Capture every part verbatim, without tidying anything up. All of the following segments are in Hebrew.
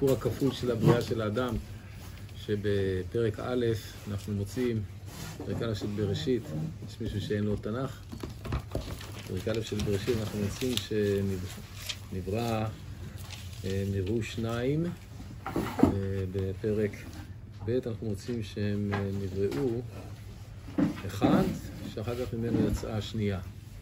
הסיפור הכפול של הבריאה של האדם, שבפרק א' אנחנו מוצאים, פרק א' של בראשית, יש מישהו שאין לו תנ"ך, פרק א' של בראשית אנחנו מוצאים שנברא, נבראו שניים, בפרק ב' אנחנו מוצאים שהם נבראו אחד, שאחר כך ממנו יצאה השנייה.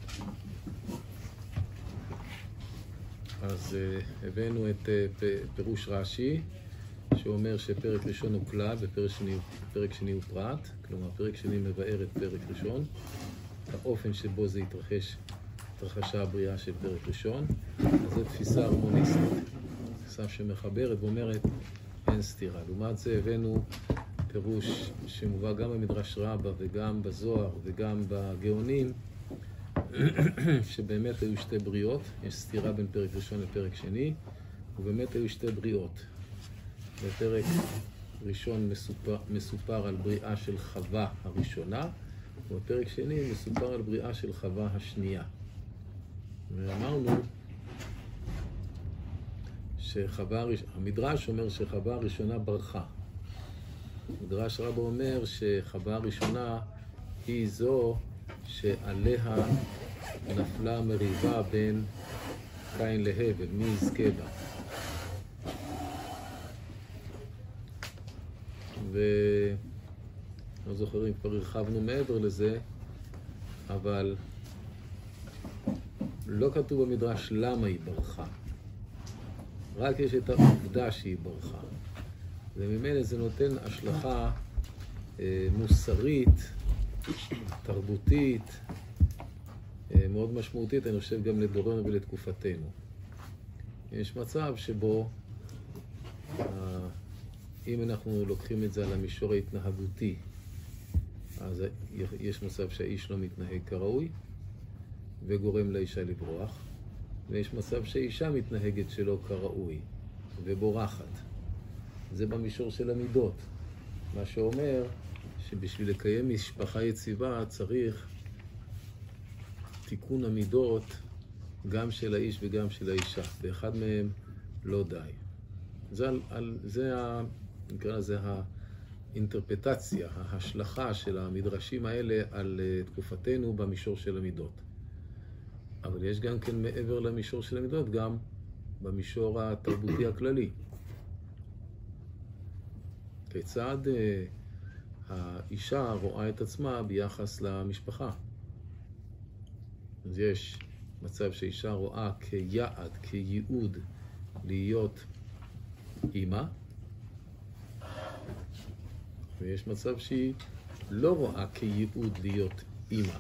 אז uh, הבאנו את uh, פירוש רש"י, שאומר שפרק ראשון הוא כלל ופרק שני, פרק שני הוא פרט, כלומר פרק שני מבאר את פרק ראשון, האופן שבו זה התרחש, התרחשה הבריאה של פרק ראשון. אז זו תפיסה הרמוניסטית, תפיסה שמחברת ואומרת אין סתירה. לעומת זה הבאנו פירוש שמובא גם במדרש רבה וגם בזוהר וגם בגאונים, שבאמת היו שתי בריאות, יש סתירה בין פרק ראשון לפרק שני, ובאמת היו שתי בריאות. בפרק ראשון מסופר, מסופר על בריאה של חווה הראשונה, ובפרק שני מסופר על בריאה של חווה השנייה. ואמרנו שחווה, המדרש אומר שחווה הראשונה ברחה. מדרש רבה אומר שחווה הראשונה היא זו שעליה נפלה מריבה בין קין להבל, מי יזכה בה. ולא זוכרים, כבר הרחבנו מעבר לזה, אבל לא כתוב במדרש למה היא ברחה. רק יש את העובדה שהיא ברחה. וממילא זה נותן השלכה אה, מוסרית, תרבותית, מאוד משמעותית, אני חושב גם לדורנו ולתקופתנו. יש מצב שבו, אם אנחנו לוקחים את זה על המישור ההתנהגותי, אז יש מצב שהאיש לא מתנהג כראוי, וגורם לאישה לברוח, ויש מצב שהאישה מתנהגת שלא כראוי, ובורחת. זה במישור של המידות, מה שאומר שבשביל לקיים משפחה יציבה צריך תיקון המידות גם של האיש וגם של האישה. באחד מהם לא די. זה, על, על, זה ה, נקרא לזה האינטרפטציה, ההשלכה של המדרשים האלה על תקופתנו במישור של המידות. אבל יש גם כן מעבר למישור של המידות, גם במישור התרבותי הכללי. כיצד האישה רואה את עצמה ביחס למשפחה. אז יש מצב שאישה רואה כיעד, כייעוד להיות אימא, ויש מצב שהיא לא רואה כייעוד להיות אימא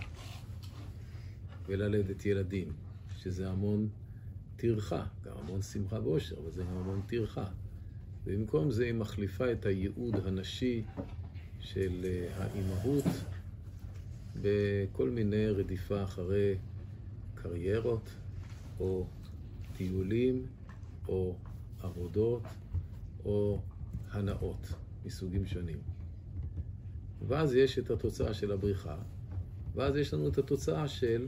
וללדת ילדים, שזה המון תרחה, גם המון שמחה ואושר, אבל זה גם המון תרחה. ובמקום זה היא מחליפה את הייעוד הנשי של האימהות בכל מיני רדיפה אחרי קריירות או טיולים או עבודות או הנאות מסוגים שונים. ואז יש את התוצאה של הבריחה, ואז יש לנו את התוצאה של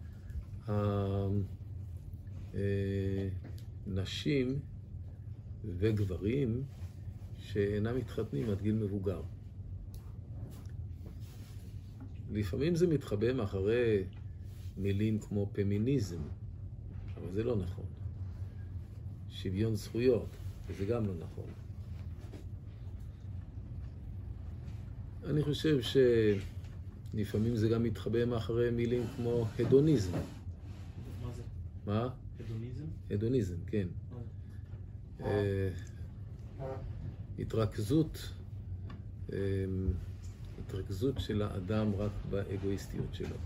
הנשים וגברים שאינם מתחתנים עד גיל מבוגר. לפעמים זה מתחבא מאחורי מילים כמו פמיניזם, אבל זה לא נכון. שוויון זכויות, וזה גם לא נכון. אני חושב שלפעמים זה גם מתחבא מאחורי מילים כמו הדוניזם. מה זה? מה? הדוניזם? הדוניזם, כן. התרכזות, התרכזות של האדם רק באגואיסטיות שלו.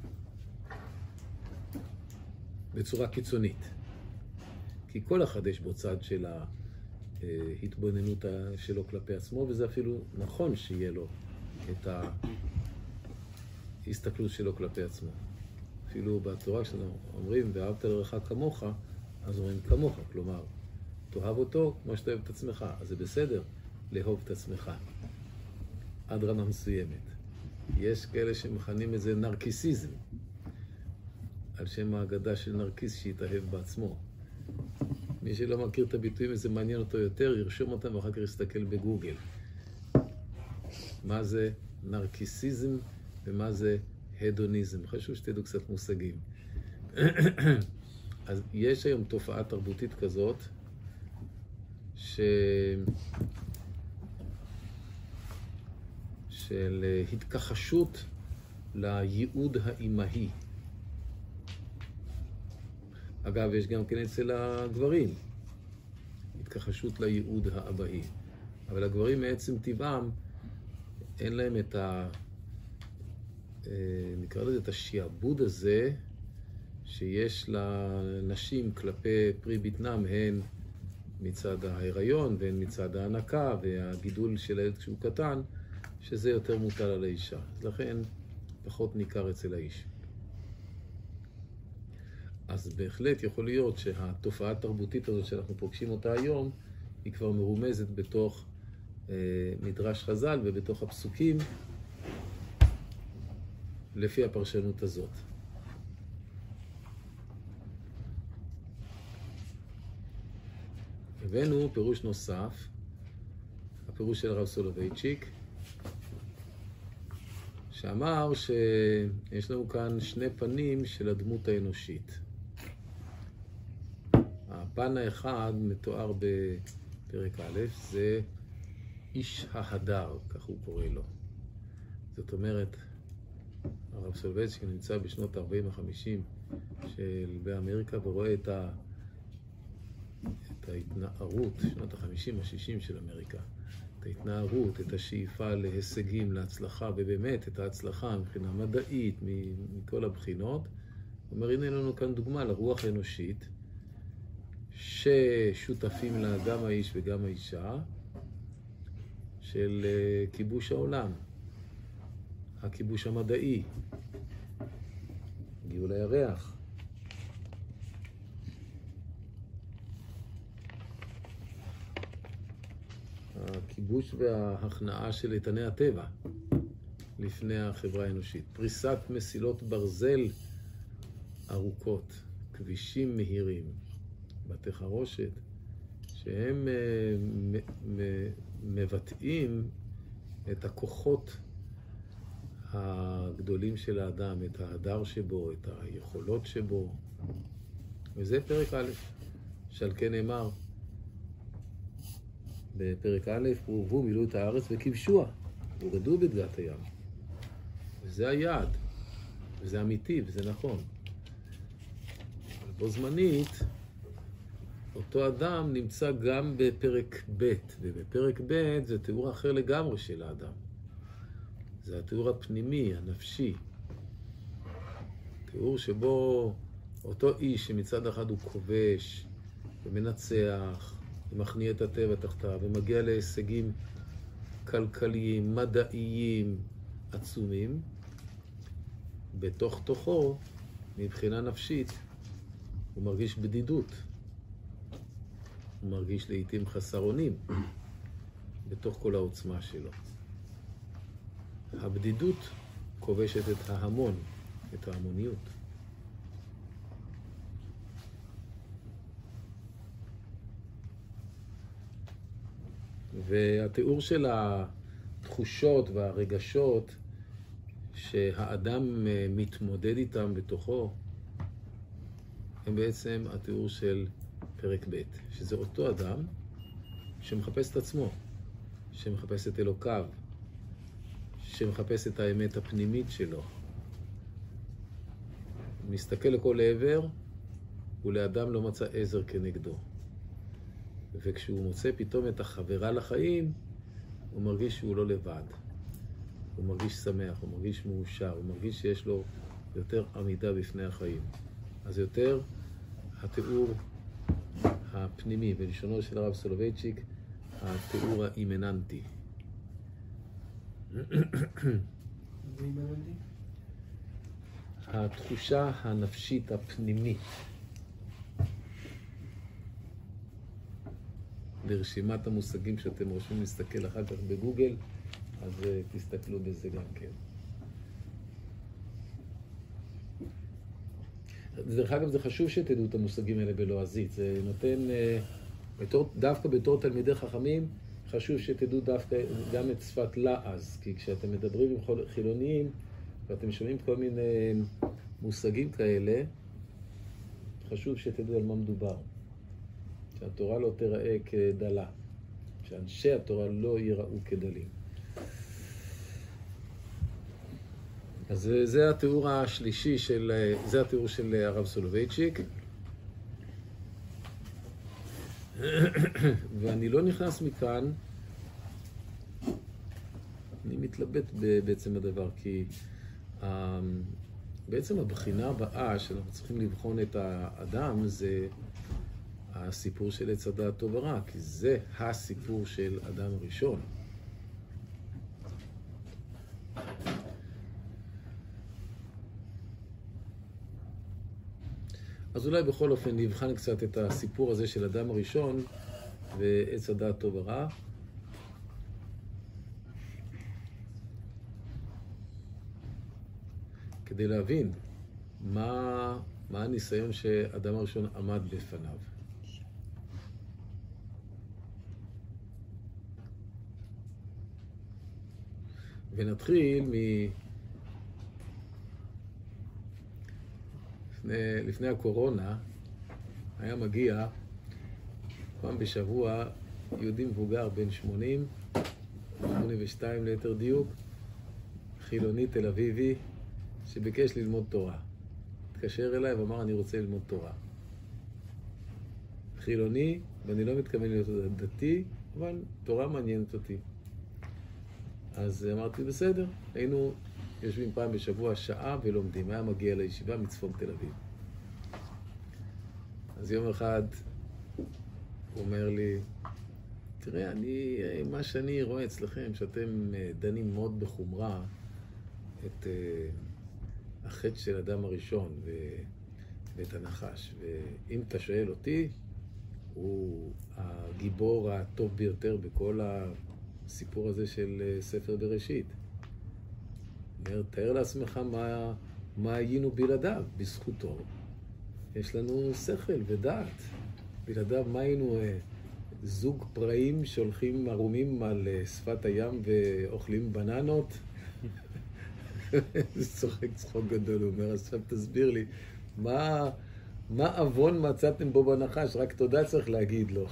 בצורה קיצונית. כי כל אחד יש בו צד של ההתבוננות שלו כלפי עצמו, וזה אפילו נכון שיהיה לו את ההסתכלות שלו כלפי עצמו. אפילו בתורה כשאנחנו אומרים, ואהבת לרעך כמוך, אז אומרים כמוך, כלומר, תאהב אותו כמו שאתה אוהב את עצמך, אז זה בסדר לאהוב את עצמך. עד רמה מסוימת. יש כאלה שמכנים את זה נרקיסיזם, על שם האגדה של נרקיס שהתאהב בעצמו. מי שלא מכיר את הביטויים וזה מעניין אותו יותר, ירשום אותם ואחר כך יסתכל בגוגל. מה זה נרקיסיזם ומה זה הדוניזם. חשוב שתדעו קצת מושגים. אז יש היום תופעה תרבותית כזאת, ש... של התכחשות לייעוד האימהי. אגב, יש גם כן אצל הגברים, התכחשות לייעוד האבהי. אבל הגברים מעצם טבעם, אין להם את ה... נקרא לזה את השיעבוד הזה, שיש לנשים כלפי פרי בטנם, הן מצד ההיריון והן מצד ההנקה והגידול של הילד כשהוא קטן, שזה יותר מוטל על האישה. אז לכן פחות ניכר אצל האיש. אז בהחלט יכול להיות שהתופעה התרבותית הזאת שאנחנו פוגשים אותה היום, היא כבר מרומזת בתוך אה, מדרש חז"ל ובתוך הפסוקים, לפי הפרשנות הזאת. הבאנו פירוש נוסף, הפירוש של הרב סולובייצ'יק, שאמר שיש לנו כאן שני פנים של הדמות האנושית. הפן האחד מתואר בפרק א', זה איש ההדר, כך הוא קורא לו. זאת אומרת, הרב סולובייצ'יק נמצא בשנות ה-ארבעים וחמישים של באמריקה ורואה את, ה... את ההתנערות, שנות ה-חמישים ה-שישים של אמריקה, את ההתנערות, את השאיפה להישגים, להצלחה, ובאמת את ההצלחה מבחינה מדעית, מכל הבחינות. הוא אומר, הנה לנו כאן דוגמה לרוח האנושית, ששותפים לה גם האיש וגם האישה, של כיבוש העולם, הכיבוש המדעי, גאול הירח. הכיבוש וההכנעה של איתני הטבע לפני החברה האנושית. פריסת מסילות ברזל ארוכות, כבישים מהירים, בתי חרושת, שהם מבטאים את הכוחות הגדולים של האדם, את ההדר שבו, את היכולות שבו. וזה פרק א', שעל כן נאמר בפרק א', והובאו מילאו את הארץ וכבשוה, וגדלו בדגת הים. וזה היעד, וזה אמיתי, וזה נכון. אבל בו זמנית, אותו אדם נמצא גם בפרק ב', ובפרק ב' זה תיאור אחר לגמרי של האדם. זה התיאור הפנימי, הנפשי. תיאור שבו אותו איש שמצד אחד הוא כובש ומנצח, ומכניע את הטבע תחתיו, ומגיע להישגים כלכליים, מדעיים, עצומים, בתוך תוכו, מבחינה נפשית, הוא מרגיש בדידות. הוא מרגיש לעתים חסר אונים בתוך כל העוצמה שלו. הבדידות כובשת את ההמון, את ההמוניות. והתיאור של התחושות והרגשות שהאדם מתמודד איתם בתוכו, הם בעצם התיאור של פרק ב', שזה אותו אדם שמחפש את עצמו, שמחפש את אלוקיו, שמחפש את האמת הפנימית שלו. הוא מסתכל לכל עבר, ולאדם לא מצא עזר כנגדו. וכשהוא מוצא פתאום את החברה לחיים, הוא מרגיש שהוא לא לבד. הוא מרגיש שמח, הוא מרגיש מאושר, הוא מרגיש שיש לו יותר עמידה בפני החיים. אז יותר התיאור הפנימי, בלשונו של הרב סולובייצ'יק, התיאור האימננטי. התחושה הנפשית הפנימית. לרשימת המושגים שאתם רושמים להסתכל אחר כך בגוגל, אז תסתכלו בזה גם כן. דרך אגב, זה חשוב שתדעו את המושגים האלה בלועזית. זה נותן, בתור, דווקא בתור תלמידי חכמים, חשוב שתדעו דווקא גם את שפת לעז. כי כשאתם מדברים עם חילוניים, ואתם שומעים כל מיני מושגים כאלה, חשוב שתדעו על מה מדובר. שהתורה לא תראה כדלה. שאנשי התורה לא ייראו כדלים. אז זה התיאור השלישי של, זה התיאור של הרב סולובייצ'יק. ואני לא נכנס מכאן, אני מתלבט בעצם הדבר, כי בעצם הבחינה הבאה שאנחנו צריכים לבחון את האדם זה הסיפור של עץ הדעת טוב ורע, כי זה הסיפור של אדם הראשון. אז אולי בכל אופן נבחן קצת את הסיפור הזה של אדם הראשון ועץ הדעת טוב ורע. כדי להבין מה, מה הניסיון שאדם הראשון עמד בפניו. ונתחיל מ... לפני, לפני הקורונה היה מגיע פעם בשבוע יהודי מבוגר בן שמונים, שמונים ושתיים ליתר דיוק, חילוני תל אביבי, שביקש ללמוד תורה. התקשר אליי ואמר, אני רוצה ללמוד תורה. חילוני, ואני לא מתכוון להיות דתי, אבל תורה מעניינת אותי. אז אמרתי, בסדר, היינו יושבים פעם בשבוע שעה ולומדים. היה מגיע לישיבה מצפון תל אביב. אז יום אחד הוא אומר לי, תראה, אני, מה שאני רואה אצלכם, שאתם דנים מאוד בחומרה את החטא של אדם הראשון ו... ואת הנחש. ואם אתה שואל אותי, הוא הגיבור הטוב ביותר בכל הסיפור הזה של ספר בראשית. אומר, תאר לעצמך מה, מה היינו בלעדיו, בזכותו. יש לנו שכל ודעת. בלעדיו מה היינו זוג פראים שהולכים ערומים על שפת הים ואוכלים בננות? זה צוחק צחוק גדול, הוא אומר, עכשיו תסביר לי, מה, מה אבון מצאתם בו בנחש? רק תודה צריך להגיד לו.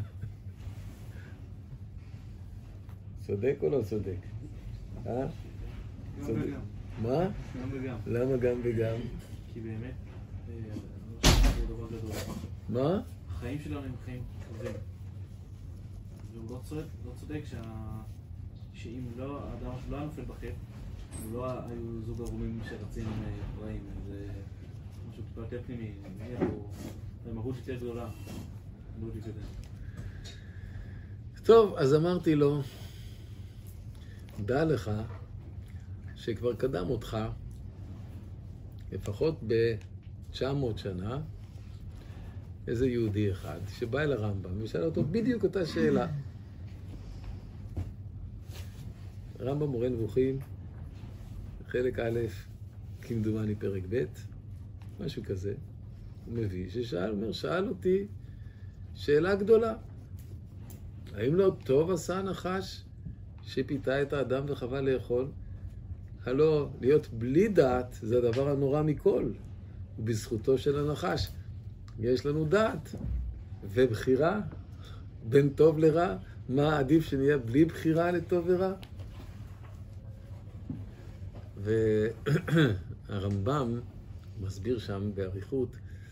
צודק או לא צודק? אה? גם וגם. מה? גם וגם. למה גם וגם? כי באמת, זה דבר גדול. מה? החיים שלנו הם חיים טובים. והוא לא צודק, לא צודק שאם לא, האדם שלא היה נופל בחטא, הוא לא היו זוג ערומים שרצים פראים. זה משהו טיפה יותר פנימי. זה מהות יותר גדולה. לא לי כזה. טוב, אז אמרתי לו, דע לך שכבר קדם אותך לפחות ב-תשע מאות שנה איזה יהודי אחד שבא אל הרמב"ם ושאל אותו בדיוק אותה שאלה. רמב"ם מורה נבוכים, חלק א', כמדומני פרק ב', משהו כזה, הוא מביא, ששאל, אומר, שאל אותי שאלה גדולה. האם לא טוב עשה הנחש שפיתה את האדם וחווה לאכול? הלא, להיות בלי דעת זה הדבר הנורא מכל. ובזכותו של הנחש יש לנו דעת ובחירה בין טוב לרע. מה עדיף שנהיה בלי בחירה לטוב ורע? והרמב"ם מסביר שם באריכות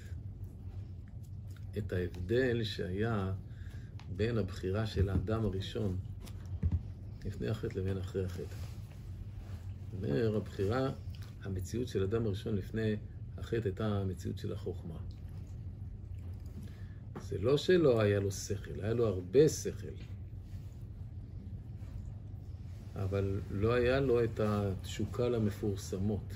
את ההבדל שהיה בין הבחירה של האדם הראשון לפני החטא לבין אחרי החטא. אומר, הבחירה, המציאות של האדם הראשון לפני החטא הייתה המציאות של החוכמה. זה לא שלא היה לו שכל, היה לו הרבה שכל. אבל לא היה לו את התשוקה למפורסמות.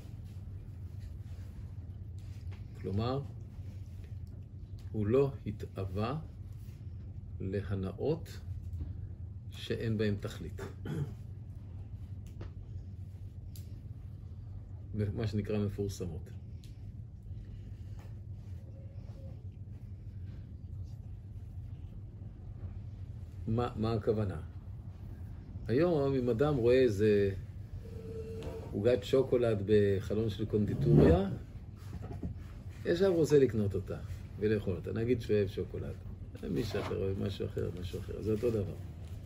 כלומר, הוא לא התאווה להנאות שאין בהן תכלית. מה שנקרא מפורסמות. מה, מה הכוונה? היום אם אדם רואה איזה עוגת שוקולד בחלון של קונדיטוריה, ישר רוצה לקנות אותה ולאכול אותה. נגיד שהוא אוהב שוקולד. מישהו אחר אוהב משהו אחר, משהו אחר. זה אותו דבר.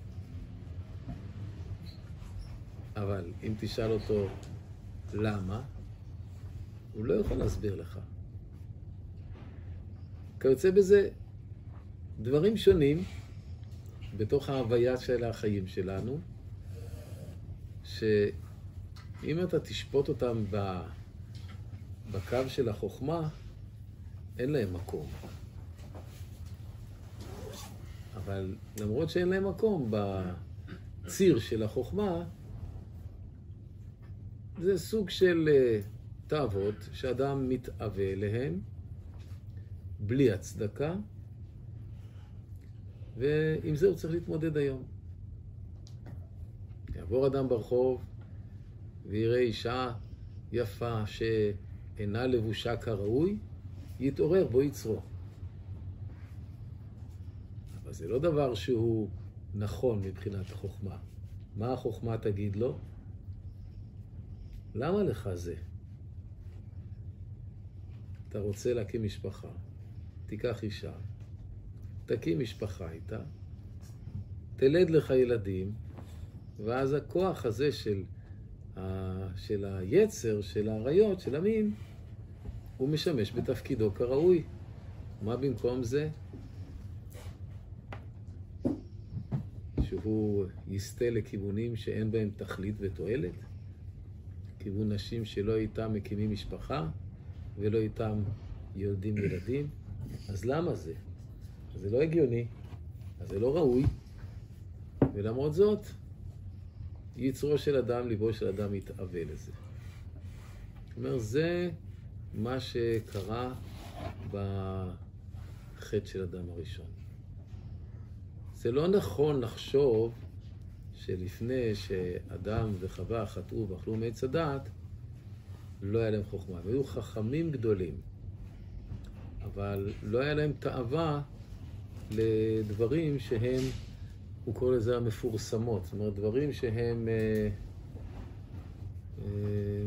אבל אם תשאל אותו למה, הוא לא יכול להסביר לך. כיוצא בזה דברים שונים בתוך ההוויה של החיים שלנו, שאם אתה תשפוט אותם בקו של החוכמה, אין להם מקום. אבל למרות שאין להם מקום בציר של החוכמה, זה סוג של תאוות שאדם מתאווה אליהן בלי הצדקה, ועם זה הוא צריך להתמודד היום. יעבור אדם ברחוב ויראה אישה יפה שאינה לבושה כראוי, יתעורר בו יצרו. אבל זה לא דבר שהוא נכון מבחינת החוכמה. מה החוכמה תגיד לו? למה לך זה? אתה רוצה להקים משפחה, תיקח אישה, תקים משפחה איתה, תלד לך ילדים, ואז הכוח הזה של, ה... של היצר, של העריות, של המין, הוא משמש בתפקידו כראוי. מה במקום זה? שהוא יסתה לכיוונים שאין בהם תכלית ותועלת? כיוון נשים שלא איתם מקימים משפחה ולא איתם יולדים ילדים? אז למה זה? זה לא הגיוני, אז זה לא ראוי, ולמרות זאת יצרו של אדם, ליבו של אדם יתאווה לזה. זאת אומרת, זה מה שקרה בחטא של אדם הראשון. זה לא נכון לחשוב שלפני שאדם וחווה חטאו ואכלו מעץ הדעת, לא היה להם חוכמה. הם היו חכמים גדולים, אבל לא היה להם תאווה לדברים שהם, הוא קורא לזה המפורסמות. זאת אומרת, דברים שהם אה, אה,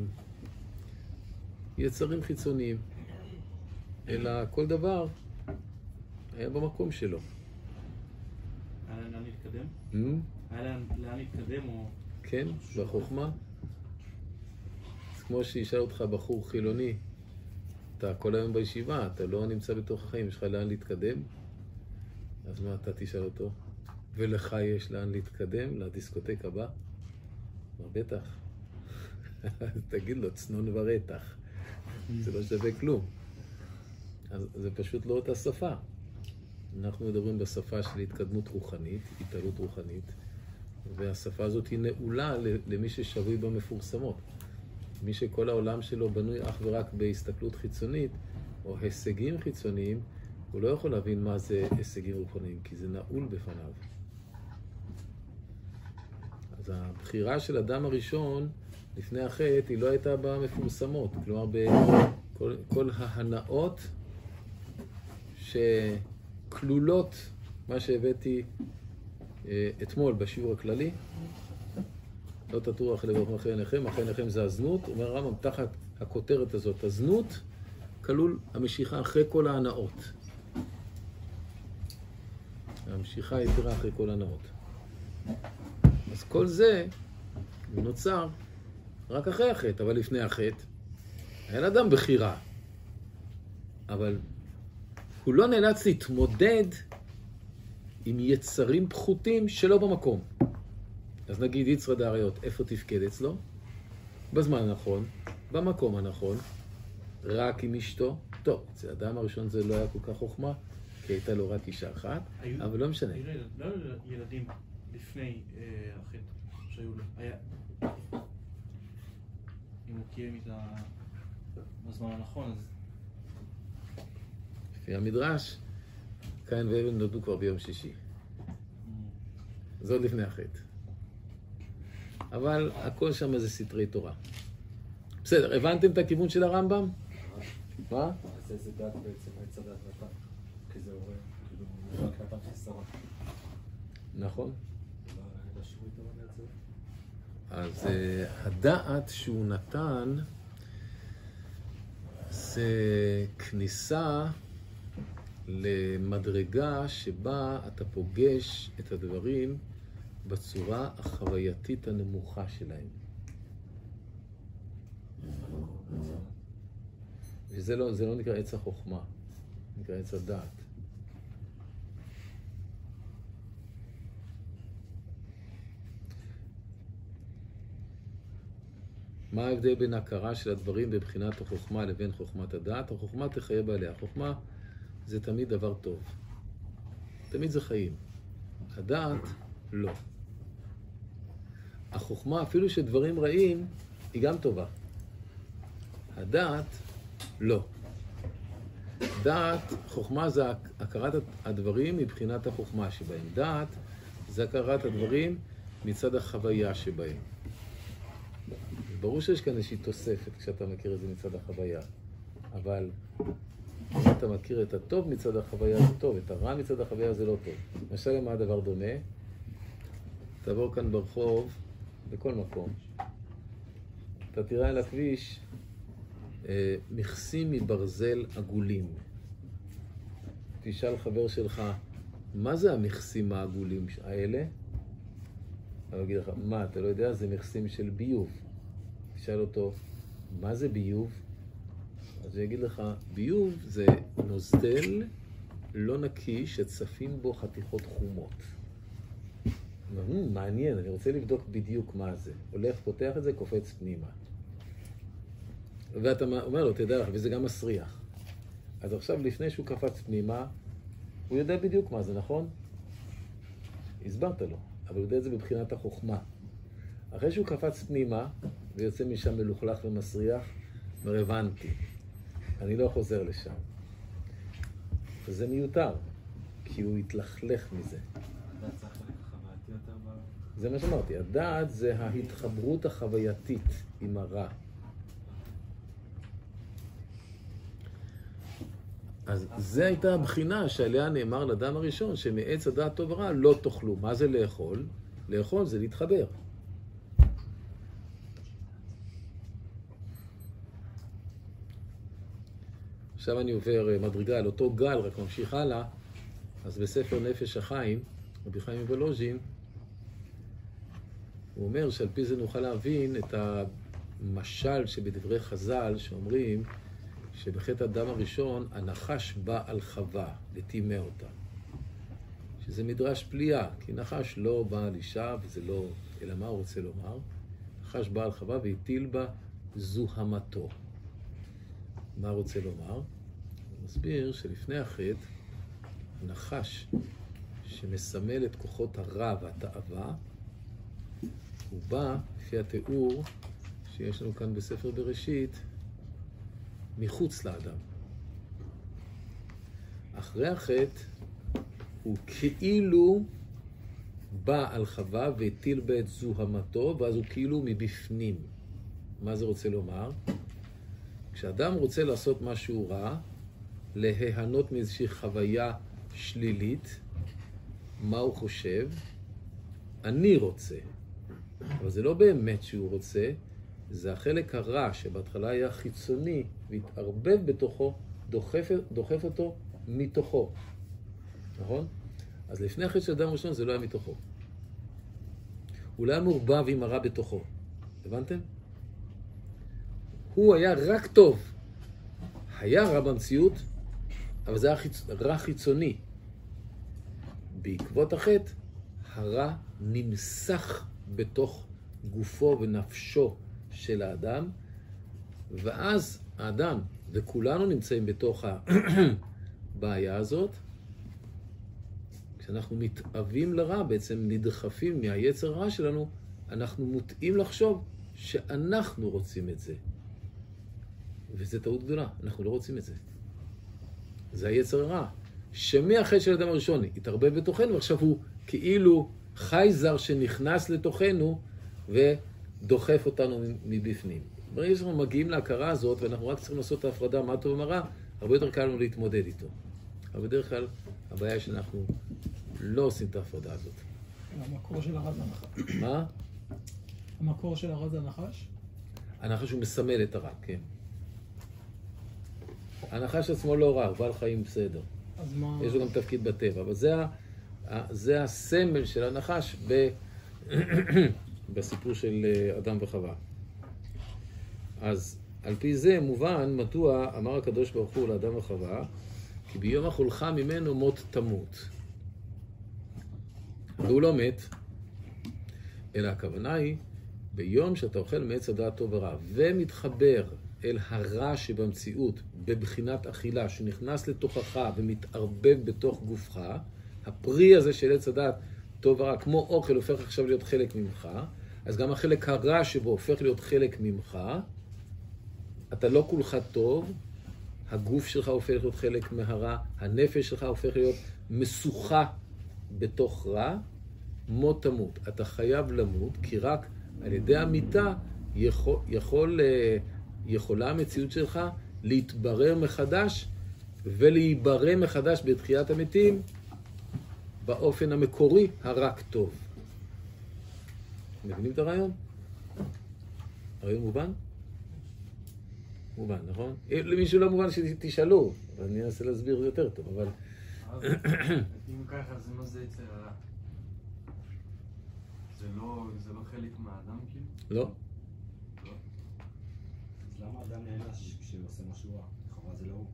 יצרים חיצוניים, אלא כל דבר היה במקום שלו. היה להם לאן להתקדם? Mm? היה להם לאן להתקדם או... כן, בחוכמה. אז כמו שישאל אותך בחור חילוני, אתה כל היום בישיבה, אתה לא נמצא בתוך החיים, יש לך לאן להתקדם? אז מה אתה תשאל אותו? ולך יש לאן להתקדם לדיסקוטק הבא? מה בטח? אז תגיד לו, צנון ורתח. זה לא שווה כלום. אז זה פשוט לא אותה שפה. אנחנו מדברים בשפה של התקדמות רוחנית, התעלות רוחנית, והשפה הזאת היא נעולה למי ששבוי במפורסמות. מי שכל העולם שלו בנוי אך ורק בהסתכלות חיצונית, או הישגים חיצוניים, הוא לא יכול להבין מה זה הישגים רוחניים, כי זה נעול בפניו. אז הבחירה של אדם הראשון, לפני החטא, היא לא הייתה במפורסמות. כלומר, בכל כל ההנאות שכלולות, מה שהבאתי אתמול בשיעור הכללי, לא תטורו אחרי לבכם אחרי עיניכם, אחרי עיניכם זה הזנות. אומר הרמב"ם, תחת הכותרת הזאת, הזנות, כלול המשיכה אחרי כל ההנאות. המשיכה היתרה אחרי כל ההנאות. אז כל זה נוצר רק אחרי החטא, אבל לפני החטא היה לאדם בחירה. אבל הוא לא נאלץ להתמודד עם יצרים פחותים שלא במקום. אז נגיד יצר דאריות, איפה תפקד אצלו? בזמן הנכון, במקום הנכון, רק עם אשתו. טוב, אצל האדם הראשון זה לא היה כל כך חוכמה, כי הייתה לו רק אישה אחת, היו, אבל לא משנה. היו לא ילדים לפני אה, החטא שהיו לו. היה... אם הוא קיים איתה בזמן הנכון, אז... לפי המדרש, קין והבל נולדו כבר ביום שישי. זה עוד לפני החטא. אבל הכל שם זה סתרי תורה. בסדר, הבנתם את הכיוון של הרמב"ם? מה? אז איזה דת בעצם, איזה דת נתן? כי זה הורה, כאילו, רק נתן חיסרון. נכון. אז הדעת שהוא נתן זה כניסה למדרגה שבה אתה פוגש את הדברים בצורה החווייתית הנמוכה שלהם. וזה לא, זה לא נקרא עץ החוכמה, נקרא עץ הדעת. מה ההבדל בין הכרה של הדברים בבחינת החוכמה לבין חוכמת הדעת? החוכמה תחיה בעליה. החוכמה זה תמיד דבר טוב. תמיד זה חיים. הדעת, לא. החוכמה, אפילו שדברים רעים, היא גם טובה. הדעת, לא. דעת, חוכמה זה הכרת הדברים מבחינת החוכמה שבהם. דעת זה הכרת הדברים מצד החוויה שבהם. ברור שיש כאן איזושהי תוספת כשאתה מכיר את זה מצד החוויה, אבל אם אתה מכיר את הטוב מצד החוויה זה טוב, את הרע מצד החוויה זה לא טוב. למשל, למה הדבר דומה? תעבור כאן ברחוב, בכל מקום, אתה תראה על הכביש אה, מכסים מברזל עגולים. תשאל חבר שלך, מה זה המכסים העגולים האלה? אני אגיד לך, מה, אתה לא יודע? זה מכסים של ביוב. תשאל אותו, מה זה ביוב? אז הוא יגיד לך, ביוב זה נוזל לא נקי שצפים בו חתיכות חומות. מעניין, אני רוצה לבדוק בדיוק מה זה. הולך, פותח את זה, קופץ פנימה. ואתה אומר לו, תדע לך, וזה גם מסריח. אז עכשיו, לפני שהוא קפץ פנימה, הוא יודע בדיוק מה זה, נכון? הסברת לו, אבל הוא יודע את זה בבחינת החוכמה. אחרי שהוא קפץ פנימה, ויוצא משם מלוכלך ומסריח, אומר, הבנתי. אני לא חוזר לשם. וזה מיותר, כי הוא התלכלך מזה. הדעת צריך לקחה מעטי יותר ב... זה מה שאמרתי, הדעת זה ההתחברות החווייתית עם הרע. אז זה הייתה הבחינה שעליה נאמר לאדם הראשון, שמעץ הדעת טוב ורע לא תאכלו. מה זה לאכול? לאכול זה להתחבר. עכשיו אני עובר מדרגה על אותו גל, רק ממשיך הלאה. אז בספר נפש החיים, רבי חיים מוולוז'ין, הוא אומר שעל פי זה נוכל להבין את המשל שבדברי חז"ל שאומרים שבחטא האדם הראשון הנחש בא על חווה לטימא אותה. שזה מדרש פליאה, כי נחש לא בא על אישה וזה לא, אלא מה הוא רוצה לומר? נחש בא על חווה והטיל בה זוהמתו. מה הוא רוצה לומר? הוא מסביר שלפני החטא, הנחש שמסמל את כוחות הרע והתאווה, הוא בא, לפי התיאור שיש לנו כאן בספר בראשית, מחוץ לאדם. אחרי החטא, הוא כאילו בא על חווה והטיל בה את זוהמתו, ואז הוא כאילו מבפנים. מה זה רוצה לומר? כשאדם רוצה לעשות משהו רע, להיהנות מאיזושהי חוויה שלילית, מה הוא חושב? אני רוצה. אבל זה לא באמת שהוא רוצה, זה החלק הרע שבהתחלה היה חיצוני והתערבב בתוכו, דוחף, דוחף אותו מתוכו. נכון? אז לפני החטא של אדם ראשון זה לא היה מתוכו. הוא לא היה מעורבב עם הרע בתוכו. הבנתם? הוא היה רק טוב. היה רע במציאות, אבל זה היה חיצ... רע חיצוני. בעקבות החטא, הרע נמסך בתוך גופו ונפשו של האדם, ואז האדם, וכולנו נמצאים בתוך הבעיה הזאת, כשאנחנו מתאבים לרע, בעצם נדחפים מהיצר הרע שלנו, אנחנו מוטעים לחשוב שאנחנו רוצים את זה. וזה טעות גדולה, אנחנו לא רוצים את זה. זה היצר הרע. שמהחטא של האדם הראשון התערבב בתוכנו, ועכשיו הוא כאילו חייזר שנכנס לתוכנו ודוחף אותנו מבפנים. ברגע שאנחנו מגיעים להכרה הזאת, ואנחנו רק צריכים לעשות את ההפרדה מה טוב ומה רע, הרבה יותר קל לנו להתמודד איתו. אבל בדרך כלל הבעיה היא שאנחנו לא עושים את ההפרדה הזאת. המקור של הרע זה הנחש. מה? המקור של הרע זה הנחש? הנחש הוא מסמל את הרע, כן. הנחש עצמו לא רע, הוא בעל חיים בסדר. אז מה... יש לו גם תפקיד בטבע, אבל זה, ה, ה, זה הסמל של הנחש ב, בסיפור של אדם וחווה. אז על פי זה מובן מדוע אמר הקדוש ברוך הוא לאדם וחווה, כי ביום אכולך ממנו מות תמות. והוא לא מת, אלא הכוונה היא, ביום שאתה אוכל מעץ הדעת טוב ורע, ומתחבר אל הרע שבמציאות, בבחינת אכילה, שנכנס לתוכך ומתערבב בתוך גופך, הפרי הזה של עץ הדעת טוב ורע, כמו אוכל, הופך עכשיו להיות חלק ממך, אז גם החלק הרע שבו הופך להיות חלק ממך, אתה לא כולך טוב, הגוף שלך הופך להיות חלק מהרע, הנפש שלך הופך להיות מסוכה בתוך רע, מות תמות. אתה חייב למות, כי רק על ידי המיטה יכול, יכול, יכולה המציאות שלך להתברר מחדש ולהיברא מחדש בתחיית המתים באופן המקורי, הרק טוב. מבינים את הרעיון? הרעיון מובן? מובן, נכון? למישהו לא מובן שתשאלו, אבל אני אנסה להסביר יותר טוב, אבל... אם ככה, זה מה זה יצר הרע? זה לא, זה לא חלק מהאדם כאילו? לא. לא. אז למה אדם נענש כשהוא עושה משהו רע? לכאורה זה לא הוא.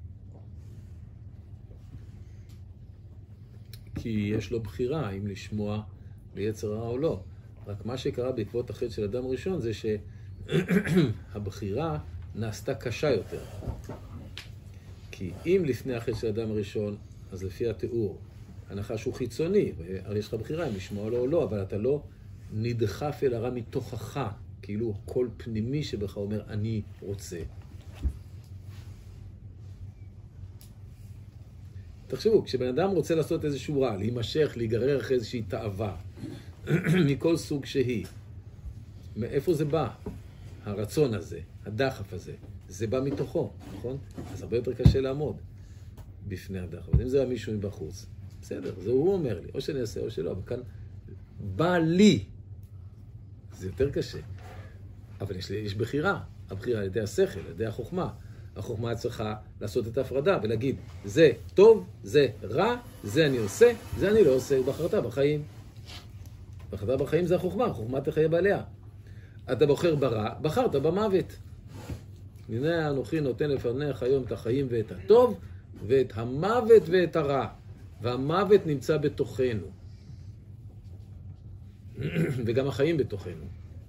כי יש לו בחירה אם לשמוע ליצר הרע או לא. רק מה שקרה בעקבות החטא של אדם ראשון זה שהבחירה נעשתה קשה יותר. כי אם לפני החטא של אדם הראשון, אז לפי התיאור, הנחש הוא חיצוני, הרי יש לך בחירה אם לשמוע לו או לא, אבל אתה לא נדחף אל הרע מתוכך, כאילו כל פנימי שבך אומר, אני רוצה. תחשבו, כשבן אדם רוצה לעשות איזשהו רע, להימשך, להיגרר אחרי איזושהי תאווה, מכל סוג שהיא, מאיפה זה בא? הרצון הזה, הדחף הזה, זה בא מתוכו, נכון? אז הרבה יותר קשה לעמוד בפני הדחף. אז אם זה היה מישהו מבחוץ, בסדר, זה הוא אומר לי, או שאני אעשה או שלא, אבל כאן בא לי, זה יותר קשה. אבל יש, יש בחירה, הבחירה על ידי השכל, על ידי החוכמה. החוכמה צריכה לעשות את ההפרדה ולהגיד, זה טוב, זה רע, זה אני עושה, זה אני לא עושה, בחרת בחיים. בחרת בחיים זה החוכמה, החוכמה תחיה בעליה. אתה בוחר ברע, בחרת במוות. הנה אנוכי נותן לפניך היום את החיים ואת הטוב, ואת המוות ואת הרע. והמוות נמצא בתוכנו. וגם החיים בתוכנו.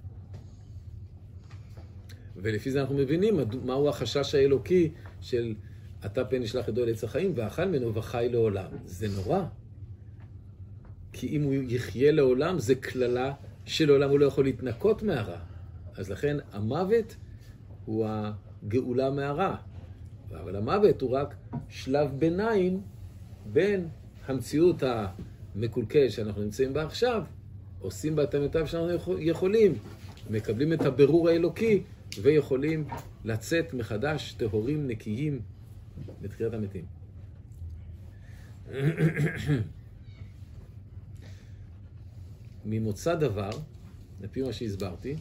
ולפי זה אנחנו מבינים מהו החשש האלוקי של אתה פן ישלח ידו אל עץ החיים ואכל ממנו וחי לעולם. זה נורא. כי אם הוא יחיה לעולם, זה כללה שלעולם הוא לא יכול להתנקות מהרע. אז לכן המוות הוא הגאולה מהרע. אבל המוות הוא רק שלב ביניים בין המציאות המקולקל שאנחנו נמצאים בה עכשיו, עושים בה את המיטב שאנחנו יכולים, מקבלים את הבירור האלוקי, ויכולים לצאת מחדש טהורים נקיים בתחיית המתים. ממוצא דבר, לפי מה שהסברתי,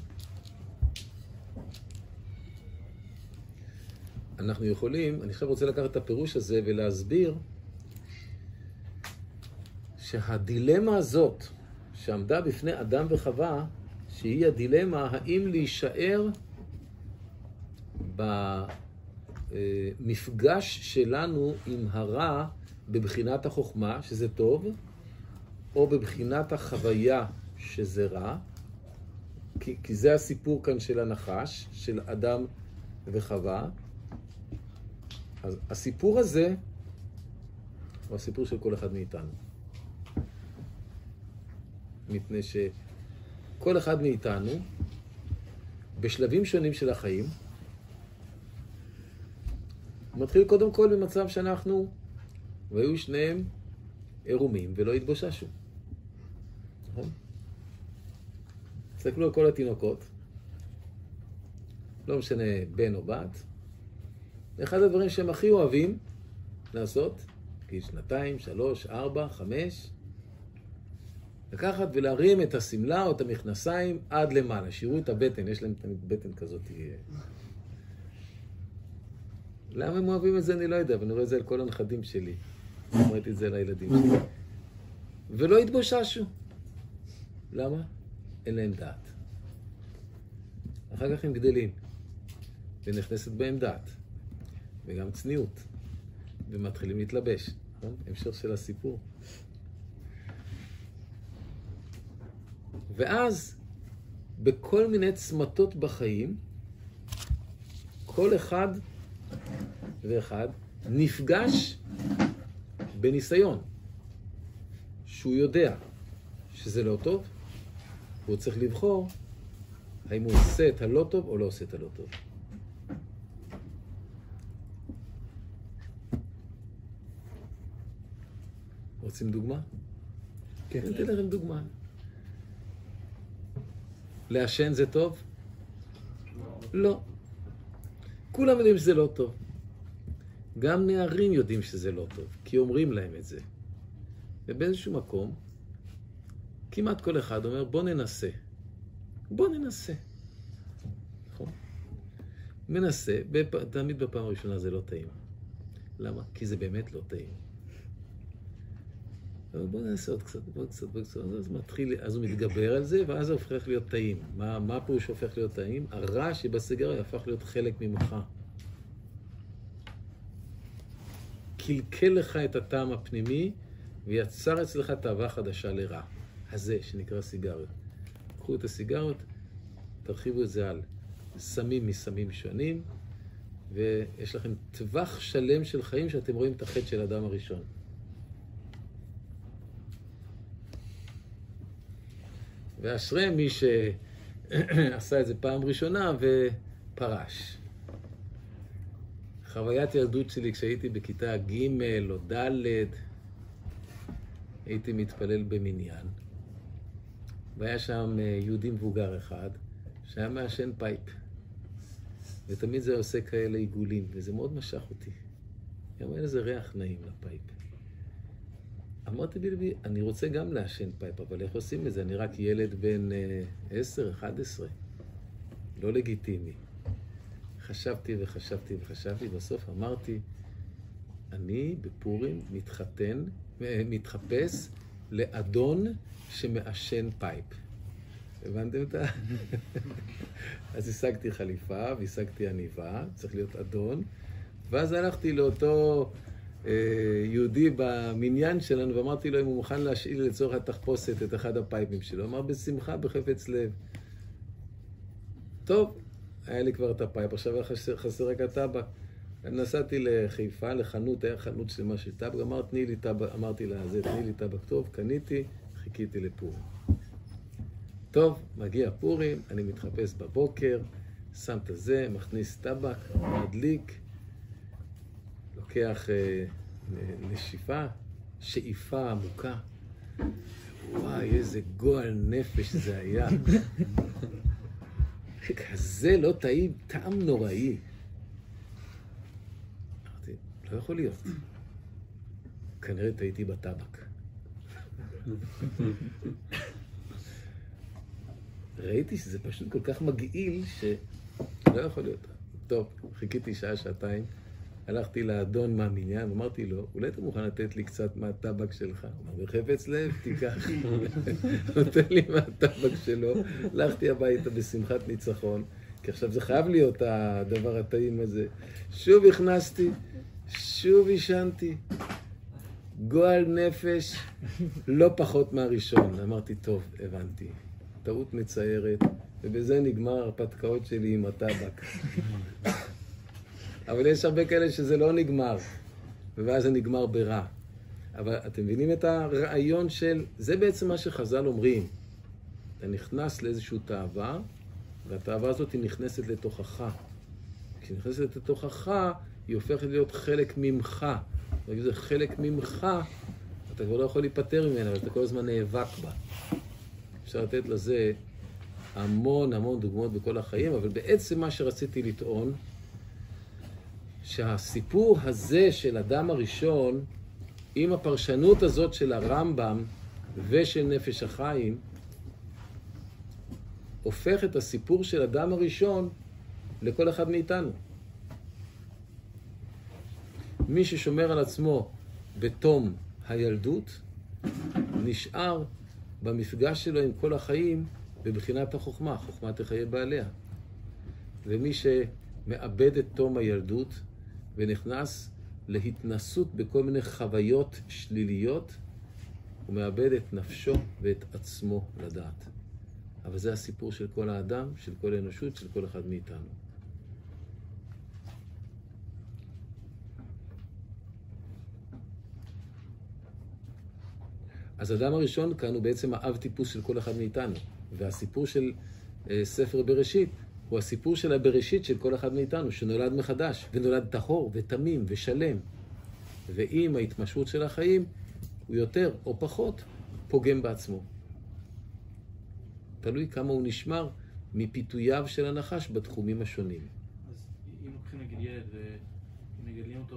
אנחנו יכולים, אני עכשיו רוצה לקחת את הפירוש הזה ולהסביר שהדילמה הזאת שעמדה בפני אדם וחווה, שהיא הדילמה האם להישאר במפגש שלנו עם הרע בבחינת החוכמה, שזה טוב, או בבחינת החוויה, שזה רע, כי, כי זה הסיפור כאן של הנחש, של אדם וחווה. אז הסיפור הזה הוא הסיפור של כל אחד מאיתנו. מפני שכל אחד מאיתנו, בשלבים שונים של החיים, מתחיל קודם כל במצב שאנחנו, והיו שניהם עירומים ולא התבוששו. נכון? תסתכלו על כל התינוקות, לא משנה בן או בת, אחד הדברים שהם הכי אוהבים לעשות, כי שנתיים, שלוש, ארבע, חמש, לקחת ולהרים את הסמלה או את המכנסיים עד למעלה. שיראו את הבטן, יש להם תמיד בטן כזאת. למה הם אוהבים את זה אני לא יודע, אבל אני רואה את זה על כל הנכדים שלי. אמרתי את זה לילדים שלי. ולא התבוששו. למה? אין להם דעת. אחר כך הם גדלים. ונכנסת בהם דעת. וגם צניעות. ומתחילים להתלבש. המשך של הסיפור. ואז, בכל מיני צמתות בחיים, כל אחד ואחד נפגש בניסיון. שהוא יודע שזה לא טוב, והוא צריך לבחור האם הוא עושה את הלא טוב או לא עושה את הלא טוב. רוצים דוגמה? כן. אני אתן לכם דוגמה. לעשן זה טוב? לא. כולם יודעים שזה לא טוב. גם נערים יודעים שזה לא טוב, כי אומרים להם את זה. ובאיזשהו מקום, כמעט כל אחד אומר, בוא ננסה. בוא ננסה. נכון? מנסה, בפ... תמיד בפעם הראשונה זה לא טעים. למה? כי זה באמת לא טעים. אבל בוא נעשה עוד קצת, עוד קצת, עוד קצת. אז מתחיל, אז הוא מתגבר על זה, ואז זה הופך להיות טעים. מה, מה הפירוש הופך להיות טעים? הרע שבסיגריה הפך להיות חלק ממך. קלקל לך את הטעם הפנימי, ויצר אצלך תאווה חדשה לרע. הזה שנקרא סיגריות. קחו את הסיגריות, תרחיבו את זה על סמים מסמים שונים, ויש לכם טווח שלם של חיים שאתם רואים את החטא של האדם הראשון. ואשרי מי שעשה את זה פעם ראשונה ופרש. חוויית ילדות שלי כשהייתי בכיתה ג' או ד', הייתי מתפלל במניין. והיה שם יהודי מבוגר אחד שהיה מעשן פייפ. ותמיד זה עושה כאלה עיגולים, וזה מאוד משך אותי. גם היה איזה ריח נעים לפייפ. אמרתי בלבי, אני רוצה גם לעשן פייפ, אבל איך עושים את זה? אני רק ילד בן עשר, אחת עשרה. לא לגיטימי. חשבתי וחשבתי וחשבתי, בסוף אמרתי, אני בפורים מתחתן, מתחפש לאדון שמעשן פייפ. הבנתם את ה... אז השגתי חליפה והשגתי עניבה, צריך להיות אדון, ואז הלכתי לאותו אה, יהודי במניין שלנו, ואמרתי לו אם הוא מוכן להשאיל לצורך התחפושת את אחד הפייפים שלו. אמר בשמחה, בחפץ לב. טוב, היה לי כבר את הפייפ, עכשיו היה חסר, חסר רק הטבק. נסעתי לחיפה, לחנות, היה חנות שלמה של טבק, אמר, תני לי טבק, אמרתי לה, זה, תני לי טבק טוב, קניתי, חיכיתי לפורים. טוב, מגיע פורים, אני מתחפש בבוקר, שם את זה, מכניס טבק, מדליק, לוקח אה, נשיפה, שאיפה עמוקה. וואי, איזה גועל נפש זה היה. כזה לא טעים, טעם נוראי. אמרתי, לא יכול להיות. כנראה טעיתי בטבק. ראיתי שזה פשוט כל כך מגעיל שלא יכול להיות. טוב, חיכיתי שעה, שעתיים, הלכתי לאדון מהמניין, אמרתי לו, אולי אתה מוכן לתת לי קצת מהטבק שלך? הוא אמר, בחפץ לב, תיקח. נותן לי מהטבק שלו, הלכתי הביתה בשמחת ניצחון, כי עכשיו זה חייב להיות הדבר הטעים הזה. שוב הכנסתי, שוב ישנתי, גועל נפש, לא פחות מהראשון. אמרתי, טוב, הבנתי. טעות מצערת, ובזה נגמר הרפתקאות שלי עם הטבק. אבל יש הרבה כאלה שזה לא נגמר, ואז זה נגמר ברע. אבל אתם מבינים את הרעיון של, זה בעצם מה שחז"ל אומרים. אתה נכנס לאיזושהי תאווה, והתאווה הזאת היא נכנסת לתוכך. כשהיא נכנסת לתוכך, היא הופכת להיות חלק ממך. ואם זה חלק ממך, אתה כבר לא יכול להיפטר ממנה, אבל אתה כל הזמן נאבק בה. אפשר לתת לזה המון המון דוגמאות בכל החיים, אבל בעצם מה שרציתי לטעון, שהסיפור הזה של אדם הראשון, עם הפרשנות הזאת של הרמב"ם, ושל נפש החיים, הופך את הסיפור של אדם הראשון לכל אחד מאיתנו. מי ששומר על עצמו בתום הילדות, נשאר במפגש שלו עם כל החיים בבחינת החוכמה, חוכמה תחיה בעליה. ומי שמאבד את תום הילדות ונכנס להתנסות בכל מיני חוויות שליליות, הוא מאבד את נפשו ואת עצמו לדעת. אבל זה הסיפור של כל האדם, של כל האנושות, של כל אחד מאיתנו. אז האדם הראשון כאן הוא בעצם האב טיפוס של כל אחד מאיתנו. והסיפור של אה, ספר בראשית הוא הסיפור של הבראשית של כל אחד מאיתנו, שנולד מחדש, ונולד טהור ותמים ושלם. ועם ההתמשכות של החיים, הוא יותר או פחות פוגם בעצמו. תלוי כמה הוא נשמר מפיתוייו של הנחש בתחומים השונים. אז אם לוקחים נגיד ילד ומגדלים אותו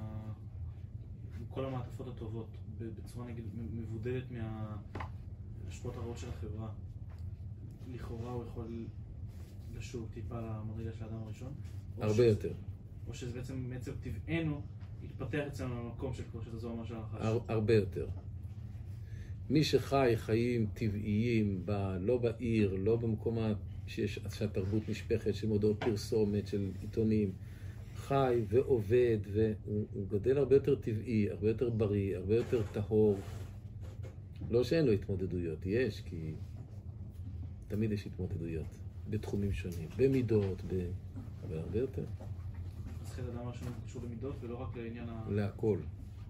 בכל המעטפות הטובות, בצורה נגיד מבודלת מהשפעות הרעות של החברה, לכאורה הוא יכול לשוב טיפה למדרגה של האדם הראשון? הרבה שזה, יותר. או שזה בעצם מעצם טבענו התפתח אצלנו למקום של כמו שזה זוהר של הנחש? הר, הרבה יותר. מי שחי חיים טבעיים, ב, לא בעיר, לא במקום שיש, שהתרבות נשפכת, של מודעות פרסומת, של עיתונים, חי ועובד, והוא גדל הרבה יותר טבעי, הרבה יותר בריא, הרבה יותר טהור. לא שאין לו התמודדויות, יש, כי תמיד יש התמודדויות, בתחומים שונים, במידות, ב... אבל הרבה יותר. אז חטא האדם הראשון קשור למידות ולא רק לעניין ה... להכל.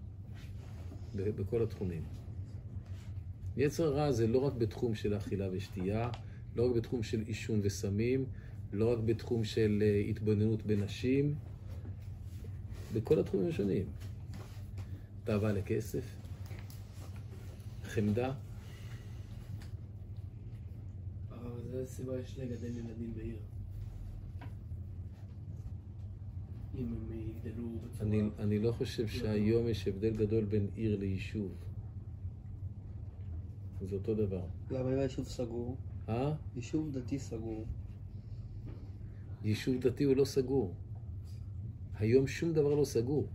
בכל התחומים. יצר רע זה לא רק בתחום של אכילה ושתייה, לא רק בתחום של עישון וסמים, לא רק בתחום של התבוננות בנשים, בכל התחומים השונים. תאווה לכסף, חמדה. אבל זה הסיבה יש לגדל ילדים בעיר. אם הם יגדלו בצורה... אני, אני לא חושב שהיום יש הבדל גדול בין עיר ליישוב. זה אותו דבר. למה אם היישוב סגור? אה? יישוב דתי סגור. יישוב דתי הוא לא סגור. היום שום דבר לא סגור.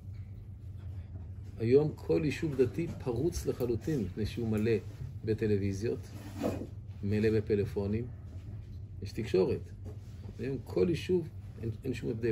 היום כל יישוב דתי פרוץ לחלוטין, מפני שהוא מלא בטלוויזיות, מלא בפלאפונים, יש תקשורת. היום כל יישוב אין, אין שום הבדל.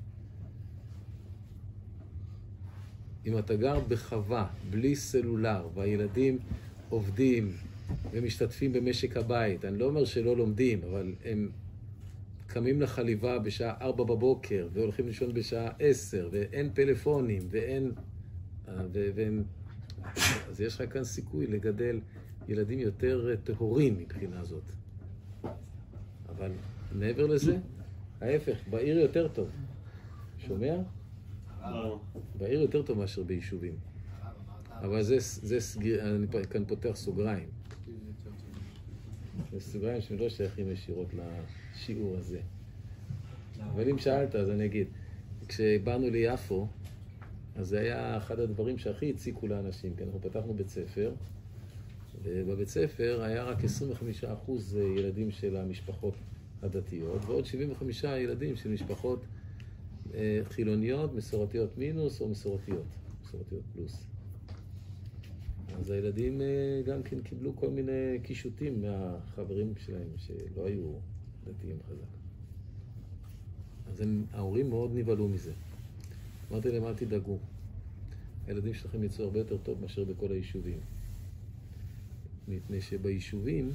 אם אתה גר בחווה, בלי סלולר, והילדים עובדים ומשתתפים במשק הבית, אני לא אומר שלא לומדים, אבל הם קמים לחליבה בשעה ארבע בבוקר, והולכים לישון בשעה עשר, ואין פלאפונים, ואין... ו- והם... אז יש לך כאן סיכוי לגדל ילדים יותר טהורים מבחינה זאת. אבל מעבר לזה, ההפך, בעיר יותר טוב. שומע? בעיר יותר טוב מאשר ביישובים. אבל זה, זה סגיר, אני כאן פותח סוגריים. זה סוגריים שהם לא שייכים ישירות לשיעור הזה. אבל אם שאלת, אז אני אגיד, כשבאנו ליפו, אז זה היה אחד הדברים שהכי הציקו לאנשים, כי אנחנו פתחנו בית ספר, ובבית ספר היה רק עשרים וחמישה אחוז ילדים של המשפחות הדתיות, ועוד שבעים וחמישה ילדים של משפחות חילוניות, מסורתיות מינוס או מסורתיות, מסורתיות פלוס. אז הילדים גם כן קיבלו כל מיני קישוטים מהחברים שלהם שלא היו דתיים חזק. אז הם, ההורים מאוד נבהלו מזה. אמרתי להם, אל תדאגו. הילדים שלכם יצאו הרבה יותר טוב מאשר בכל היישובים. מפני שביישובים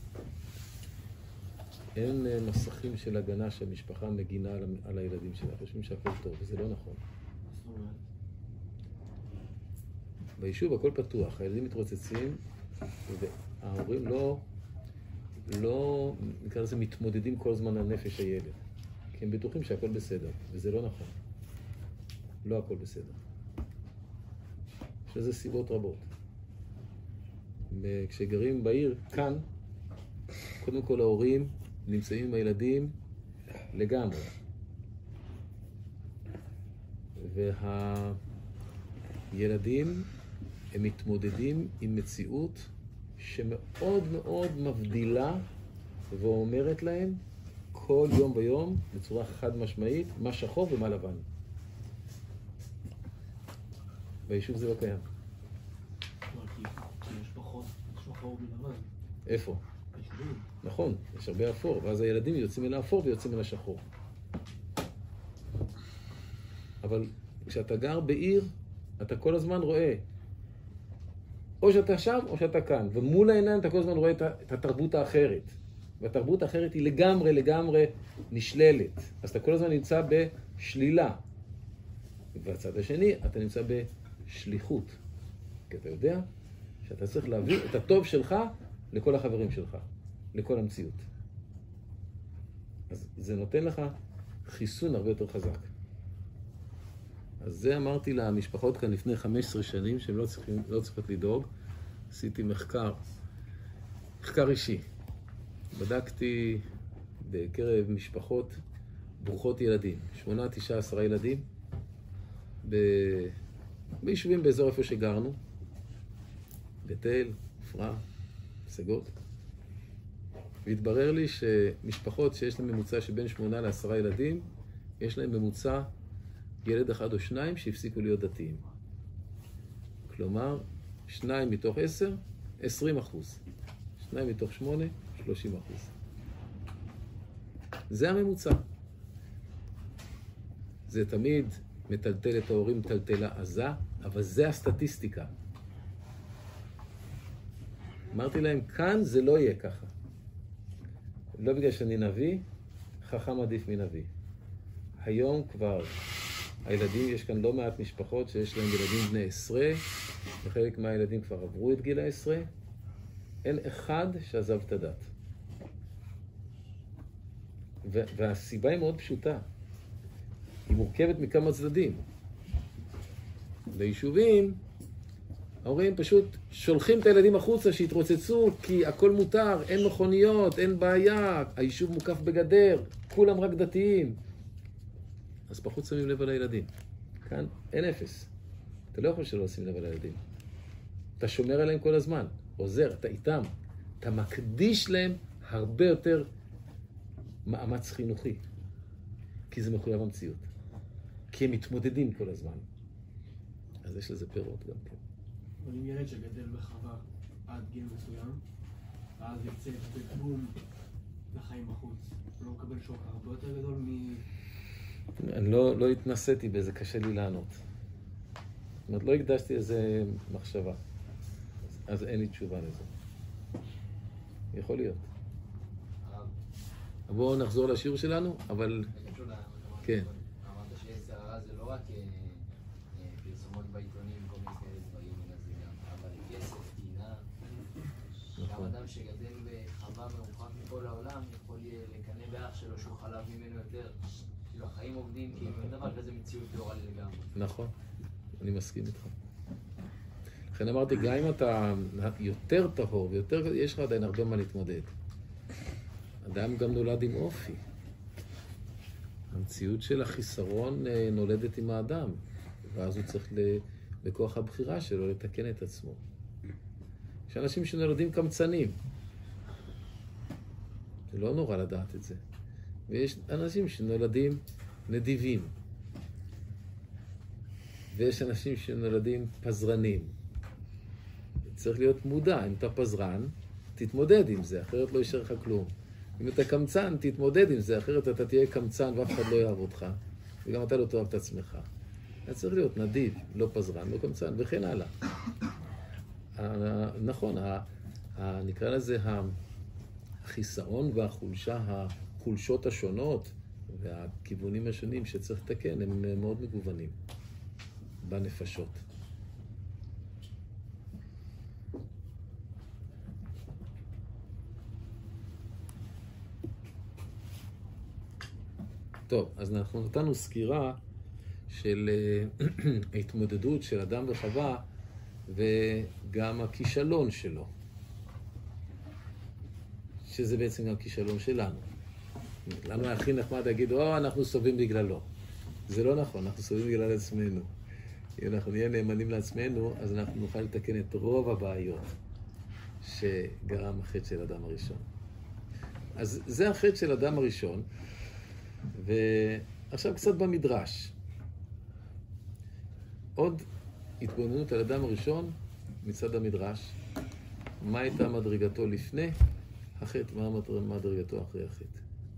אין מסכים של הגנה שהמשפחה מגינה על הילדים שלה. חושבים שהכל טוב, וזה לא נכון. ביישוב הכל פתוח, הילדים מתרוצצים, וההורים לא, לא, נקרא לזה, מתמודדים כל הזמן על נפש הילד. כי הם בטוחים שהכל בסדר, וזה לא נכון. לא הכל בסדר. יש לזה סיבות רבות. כשגרים בעיר, כאן, קודם כל ההורים נמצאים עם הילדים לגמרי. והילדים הם מתמודדים עם מציאות שמאוד מאוד מבדילה ואומרת להם כל יום ויום בצורה חד משמעית מה שחור ומה לבן. ביישוב זה לא קיים. כי יש פחות שחור מלבן. איפה? ביישובים. נכון, יש הרבה אפור, ואז הילדים יוצאים אל האפור ויוצאים אל השחור. אבל כשאתה גר בעיר, אתה כל הזמן רואה או שאתה שם או שאתה כאן, ומול העיניים אתה כל הזמן רואה את התרבות האחרת. והתרבות האחרת היא לגמרי לגמרי נשללת. אז אתה כל הזמן נמצא בשלילה. והצד השני, אתה נמצא בשליחות. כי אתה יודע שאתה צריך להביא את הטוב שלך לכל החברים שלך, לכל המציאות. אז זה נותן לך חיסון הרבה יותר חזק. אז זה אמרתי למשפחות כאן לפני חמש עשרה שנים, שהן לא צריכים, לא צריכות לדאוג. עשיתי מחקר, מחקר אישי. בדקתי בקרב משפחות ברוכות ילדים, שמונה, תשעה, עשרה ילדים, ב... ביישובים באזור איפה שגרנו, בית אל, עפרה, סגות. והתברר לי שמשפחות שיש להם ממוצע שבין שמונה לעשרה ילדים, יש להם ממוצע ילד אחד או שניים שהפסיקו להיות דתיים. כלומר, שניים מתוך עשר, עשרים אחוז. שניים מתוך שמונה, שלושים אחוז. זה הממוצע. זה תמיד מטלטל את ההורים טלטלה עזה, אבל זה הסטטיסטיקה. אמרתי להם, כאן זה לא יהיה ככה. לא בגלל שאני נביא, חכם עדיף מנביא. היום כבר הילדים, יש כאן לא מעט משפחות שיש להם ילדים בני עשרה, וחלק מהילדים כבר עברו את גיל העשרה. אין אחד שעזב את הדת. והסיבה היא מאוד פשוטה. היא מורכבת מכמה צדדים. ביישובים, ההורים פשוט שולחים את הילדים החוצה שהתרוצצו, כי הכל מותר, אין מכוניות, אין בעיה, היישוב מוקף בגדר, כולם רק דתיים. אז פחות שמים לב על הילדים. כאן אין אפס. אתה לא יכול שלא לשים לב על הילדים. אתה שומר עליהם כל הזמן, עוזר, אתה איתם. אתה מקדיש להם הרבה יותר מאמץ חינוכי. כי זה מחויב המציאות. כי הם מתמודדים כל הזמן. אז יש לזה פירות גם כן. אבל אם ילד שגדל בחווה עד גיל מסוים, ואז יוצא בבום לחיים בחוץ, הוא לא מקבל שוק הרבה יותר גדול מ... אני לא, לא התנסיתי בזה, קשה לי לענות. זאת אומרת, לא הקדשתי איזה מחשבה. אז אין לי תשובה לזה. יכול להיות. בואו נחזור לשיעור שלנו, אבל... כן. אמרת שעשרה זה לא רק פרסומות בעיתונים, כל מיני כאלה דברים, אלא זה גם, אבל כסף, טינה. גם אדם שגדל בחווה מרוחק מכל העולם, יכול לקנא באח שלו שהוא חלב ממנו יותר. כאילו, החיים עובדים, כי אין דבר כזה מציאות לא רע לגמרי. נכון, אני מסכים איתך. לכן אמרתי, גם אם אתה יותר טהור ויותר, יש לך עדיין הרבה מה להתמודד. אדם גם נולד עם אופי. המציאות של החיסרון נולדת עם האדם, ואז הוא צריך בכוח הבחירה שלו לתקן את עצמו. יש אנשים שנולדים קמצנים. זה לא נורא לדעת את זה. ויש אנשים שנולדים נדיבים. ויש אנשים שנולדים פזרנים. צריך להיות מודע. אם אתה פזרן, תתמודד עם זה, אחרת לא יישאר לך כלום. אם אתה קמצן, תתמודד עם זה, אחרת אתה תהיה קמצן ואף אחד לא יאהב אותך. וגם אתה לא תאהב את עצמך. אתה צריך להיות נדיב, לא פזרן, לא קמצן, וכן הלאה. נכון, נקרא לזה החיסרון והחולשה, החולשות השונות והכיוונים השונים שצריך לתקן, הם מאוד מגוונים בנפשות. טוב, אז אנחנו נתנו סקירה של ההתמודדות של אדם וחווה וגם הכישלון שלו. שזה בעצם גם כישלון שלנו. לנו הכי נחמד להגיד, או, אנחנו סובלים בגללו. זה לא נכון, אנחנו סובלים בגלל עצמנו. אם אנחנו נהיה נאמנים לעצמנו, אז אנחנו נוכל לתקן את רוב הבעיות שגרם החטא של אדם הראשון. אז זה החטא של אדם הראשון, ועכשיו קצת במדרש. עוד התבוננות על אדם הראשון מצד המדרש. מה הייתה מדרגתו לפני החטא, מה מדרגתו אחרי החטא.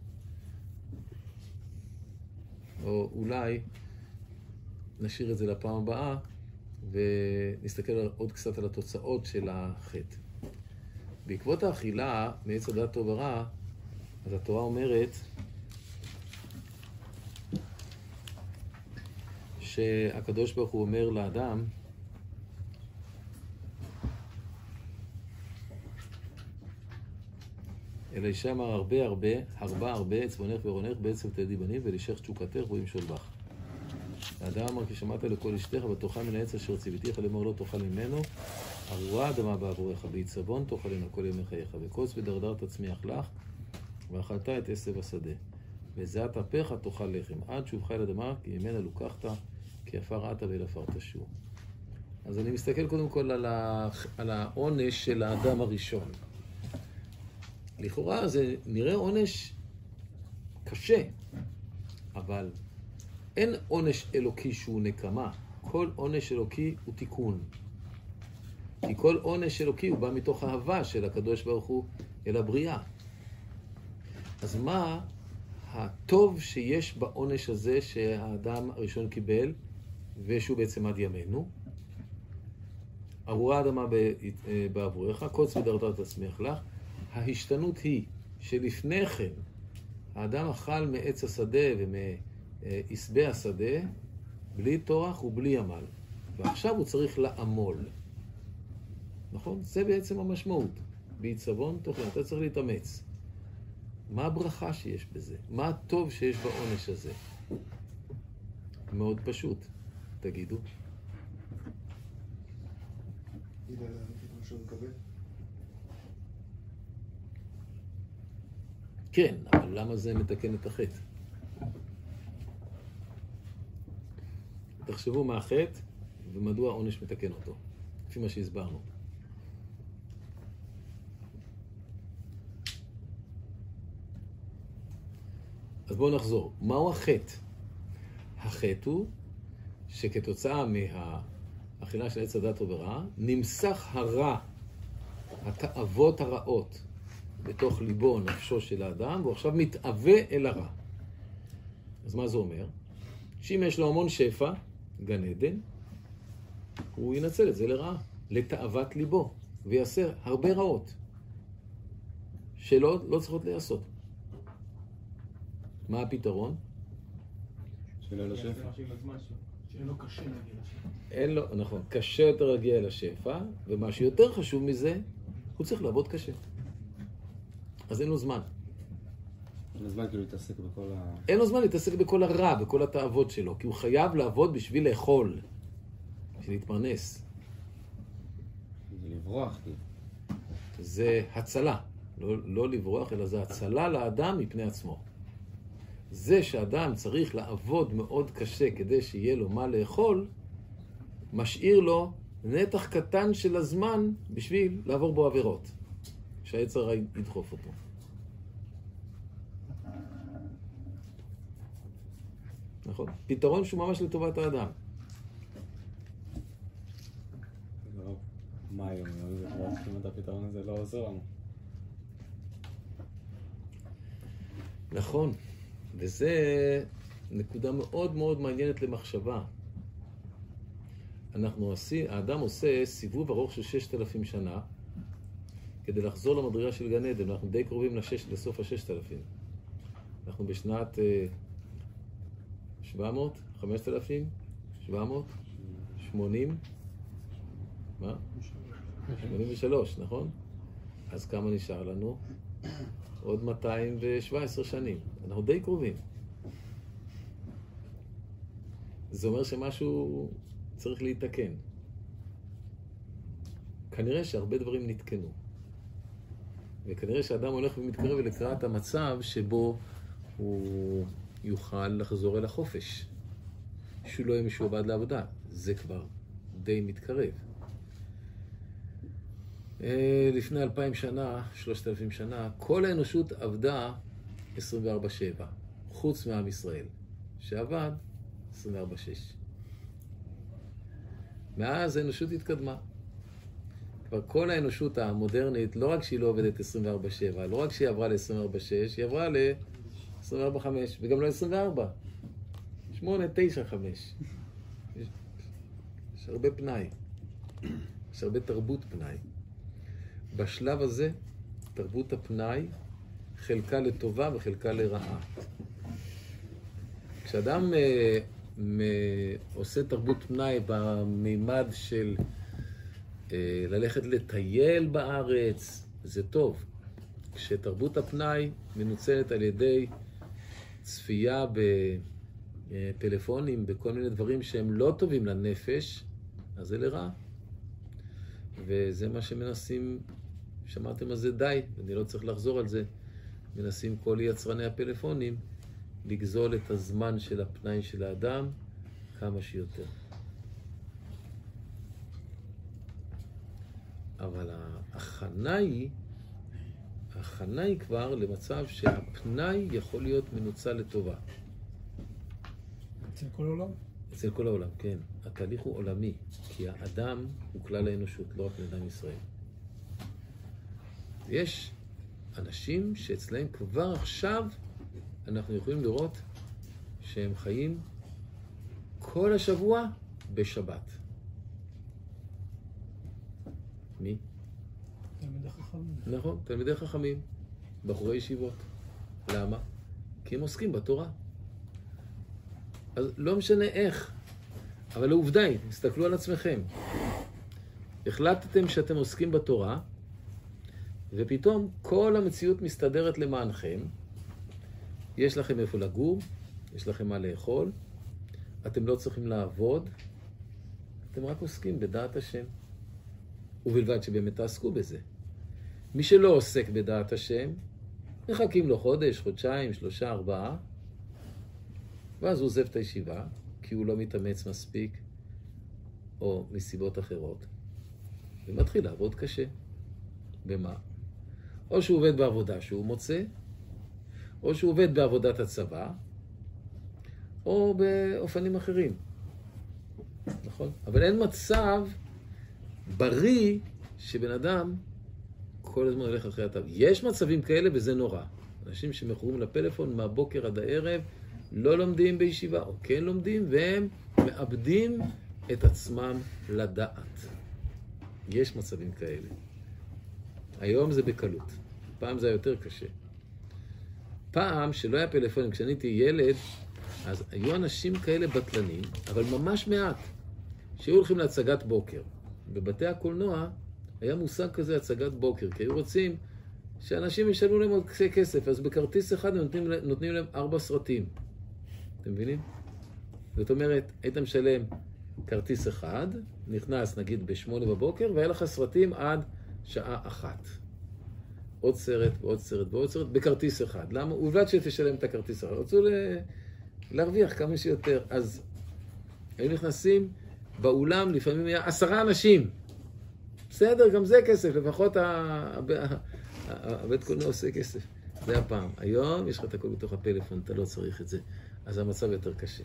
או אולי נשאיר את זה לפעם הבאה ונסתכל עוד קצת על התוצאות של החטא. בעקבות האכילה מעץ הדעת טוב ורע, אז התורה אומרת שהקדוש ברוך הוא אומר לאדם, אלא אישה אמר הרבה הרבה, הרבה הרבה, עצבונך ורונך, בעצם תלדי בנים, ולשך תשוקתך בו ימשול בך. האדם אמר כי שמעת לכל אשתך, ותאכל מן העץ אשר ציוויתיך לאמור לא תאכל ממנו, ארורה אדמה בעבורך, בעיצבון תאכלנה כל ימי חייך, וקוץ ודרדר תצמיח לך, ואכלת את עשב השדה. וזעת אפיך תאכל לחם, עד שובך אל אדמה, כי ממנה לוקחת, כי עפר אתה ואל עפר תשוב. אז אני מסתכל קודם כל על, ה... על העונש של האדם הראשון. לכאורה זה נראה עונש קשה, אבל אין עונש אלוקי שהוא נקמה. כל עונש אלוקי הוא תיקון. כי כל עונש אלוקי הוא בא מתוך אהבה של הקדוש ברוך הוא אל הבריאה. אז מה הטוב שיש בעונש הזה שהאדם הראשון קיבל, ושהוא בעצם עד ימינו? ארורה אדמה בעבורך, קוץ ודרדר תצמיח לך. ההשתנות היא שלפני כן האדם אכל מעץ השדה ומעשבי השדה בלי תורח ובלי עמל, ועכשיו הוא צריך לעמול. נכון? זה בעצם המשמעות. בעיצבון תאכל, אתה צריך להתאמץ. מה הברכה שיש בזה? מה הטוב שיש בעונש הזה? מאוד פשוט. תגידו. ידע להעניק את מה שהוא מקבל? כן, אבל למה זה מתקן את החטא? תחשבו מה החטא ומדוע העונש מתקן אותו, לפי מה שהסברנו. אז בואו נחזור. מהו החטא? החטא הוא שכתוצאה מהאכילה של עץ הדת ורע, נמסך הרע, התאוות הרעות, בתוך ליבו, נפשו של האדם, והוא עכשיו מתאווה אל הרע. אז מה זה אומר? שאם יש לו המון שפע, גן עדן, הוא ינצל את זה לרעה, לתאוות ליבו, ויעשה הרבה רעות, שלא לא צריכות להיעשות. מה הפתרון? שאלה לשפע. שאין לו קשה להגיע לשפע. אין לו, נכון, קשה יותר להגיע אל השפע, ומה שיותר חשוב מזה, הוא צריך לעבוד קשה. אז אין לו זמן. אין לו זמן כאילו להתעסק בכל ה... אין לו זמן להתעסק בכל הרע, בכל התאוות שלו, כי הוא חייב לעבוד בשביל לאכול, בשביל להתפרנס. זה לברוח, כאילו. זה הצלה. לא, לא לברוח, אלא זה הצלה לאדם מפני עצמו. זה שאדם צריך לעבוד מאוד קשה כדי שיהיה לו מה לאכול, משאיר לו נתח קטן של הזמן בשביל לעבור בו עבירות. שהיצר ידחוף אותו. נכון? פתרון שהוא ממש לטובת האדם. מה היום? זה כבר כמעט הפתרון הזה לא עוזר לנו. נכון. וזה נקודה מאוד מאוד מעניינת למחשבה. אנחנו עושים, האדם עושה סיבוב ארוך של ששת אלפים שנה, כדי לחזור למדרגה של גן עדן. אנחנו די קרובים לשש, לסוף הששת אלפים. אנחנו בשנת שבע מאות, חמשת אלפים, שבע מאות, שמונים, מה? שמונים ושלוש, נכון? אז כמה נשאר לנו? עוד מאתיים ושבע עשרה שנים. אנחנו די קרובים. זה אומר שמשהו צריך להתקן. כנראה שהרבה דברים נתקנו. וכנראה שאדם הולך ומתקרב לקראת המצב שבו הוא יוכל לחזור אל החופש. שהוא לא יהיה משועבד לעבודה. זה כבר די מתקרב. לפני אלפיים שנה, שלושת אלפים שנה, כל האנושות עבדה עשרים וארבע שבע, חוץ מעם ישראל, שעבד עשרים וארבע שש. מאז האנושות התקדמה. כבר כל האנושות המודרנית, לא רק שהיא לא עובדת עשרים וארבע שבע, לא רק שהיא עברה ל-עשרים וארבע שש, היא עברה ל-עשרים וארבע חמש, וגם לא עשרים וארבע. שמונה, תשע, חמש. יש, יש הרבה פנאי. יש הרבה תרבות פנאי. בשלב הזה, תרבות הפנאי חלקה לטובה וחלקה לרעה. כשאדם אה, מ, עושה תרבות פנאי במימד של אה, ללכת לטייל בארץ, זה טוב. כשתרבות הפנאי מנוצלת על ידי צפייה בפלאפונים, בכל מיני דברים שהם לא טובים לנפש, אז זה לרעה. וזה מה שמנסים, שמעתם על זה די, ואני לא צריך לחזור על זה, מנסים כל יצרני הפלאפונים לגזול את הזמן של הפנאי של האדם כמה שיותר. אבל ההכנה היא, ההכנה היא כבר למצב שהפנאי יכול להיות מנוצל לטובה. אצל כל העולם? אצל כל העולם, כן. התהליך הוא עולמי, כי האדם הוא כלל האנושות, לא רק לאדם ישראל. יש אנשים שאצלהם כבר עכשיו אנחנו יכולים לראות שהם חיים כל השבוע בשבת. מי? תלמידי חכמים. נכון, תלמידי חכמים, בחורי ישיבות. למה? כי הם עוסקים בתורה. אז לא משנה איך, אבל העובדה היא, תסתכלו על עצמכם. החלטתם שאתם עוסקים בתורה, ופתאום כל המציאות מסתדרת למענכם. יש לכם איפה לגור, יש לכם מה לאכול, אתם לא צריכים לעבוד, אתם רק עוסקים בדעת השם. ובלבד שבאמת תעסקו בזה. מי שלא עוסק בדעת השם, מחכים לו חודש, חודשיים, שלושה, ארבעה, ואז הוא עוזב את הישיבה, כי הוא לא מתאמץ מספיק, או מסיבות אחרות, ומתחיל לעבוד קשה. במה? או שהוא עובד בעבודה שהוא מוצא, או שהוא עובד בעבודת הצבא, או באופנים אחרים. נכון? אבל אין מצב בריא שבן אדם כל הזמן הולך אחרי התו. יש מצבים כאלה וזה נורא. אנשים שמכורים לפלאפון מהבוקר עד הערב, לא לומדים בישיבה, או כן לומדים, והם מאבדים את עצמם לדעת. יש מצבים כאלה. היום זה בקלות. פעם זה היה יותר קשה. פעם, שלא היה פלאפונים, כשאני הייתי ילד, אז היו אנשים כאלה בטלנים, אבל ממש מעט, שהיו הולכים להצגת בוקר. בבתי הקולנוע היה מושג כזה הצגת בוקר, כי היו רוצים שאנשים ישלמו להם עוד כסף, אז בכרטיס אחד נותנים, נותנים להם ארבע סרטים. אתם מבינים? זאת אומרת, היית משלם כרטיס אחד, נכנס נגיד בשמונה בבוקר, והיה לך סרטים עד שעה אחת. עוד סרט ועוד סרט ועוד סרט בכרטיס אחד. למה? ובלבד שתשלם את הכרטיס אחד. רצו ל... להרוויח כמה שיותר. אז היו נכנסים באולם, לפעמים היה עשרה אנשים. בסדר, גם זה כסף. לפחות הבית קולנוע עושה כסף. זה הפעם. היום יש לך את הכל בתוך הפלאפון, אתה לא צריך את זה. אז המצב יותר קשה.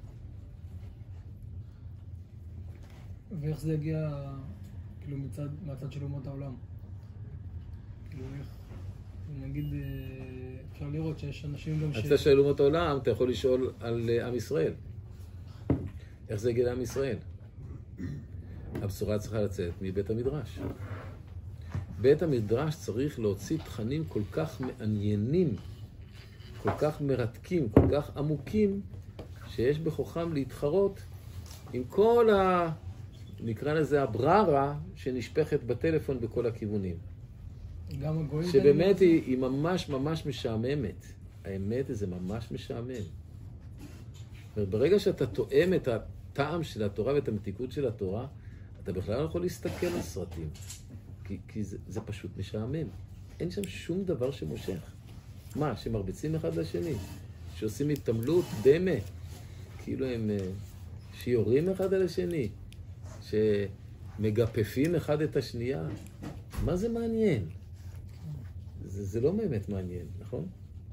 ואיך זה הגיע, כאילו, מצד, מהצד של אומות העולם? כאילו, איך, נגיד, אפשר לראות שיש אנשים גם ש... הצד של אומות העולם, אתה יכול לשאול על עם ישראל. איך זה הגיע לעם ישראל? הבשורה צריכה לצאת מבית המדרש. בית המדרש צריך להוציא תכנים כל כך מעניינים, כל כך מרתקים, כל כך עמוקים, שיש בכוחם להתחרות עם כל ה... נקרא לזה הבררה שנשפכת בטלפון בכל הכיוונים. גם הגויים... שבאמת היא, היא ממש ממש משעממת. האמת היא, זה ממש משעמם. ברגע שאתה תואם את הטעם של התורה ואת המתיקות של התורה, אתה בכלל לא יכול להסתכל על סרטים. כי, כי זה, זה פשוט משעמם. אין שם שום דבר שמושך. מה, שמרביצים אחד לשני? שעושים התעמלות דמה? כאילו הם... שיורים אחד על השני, שמגפפים אחד את השנייה. מה זה מעניין? זה, זה לא באמת מעניין, נכון?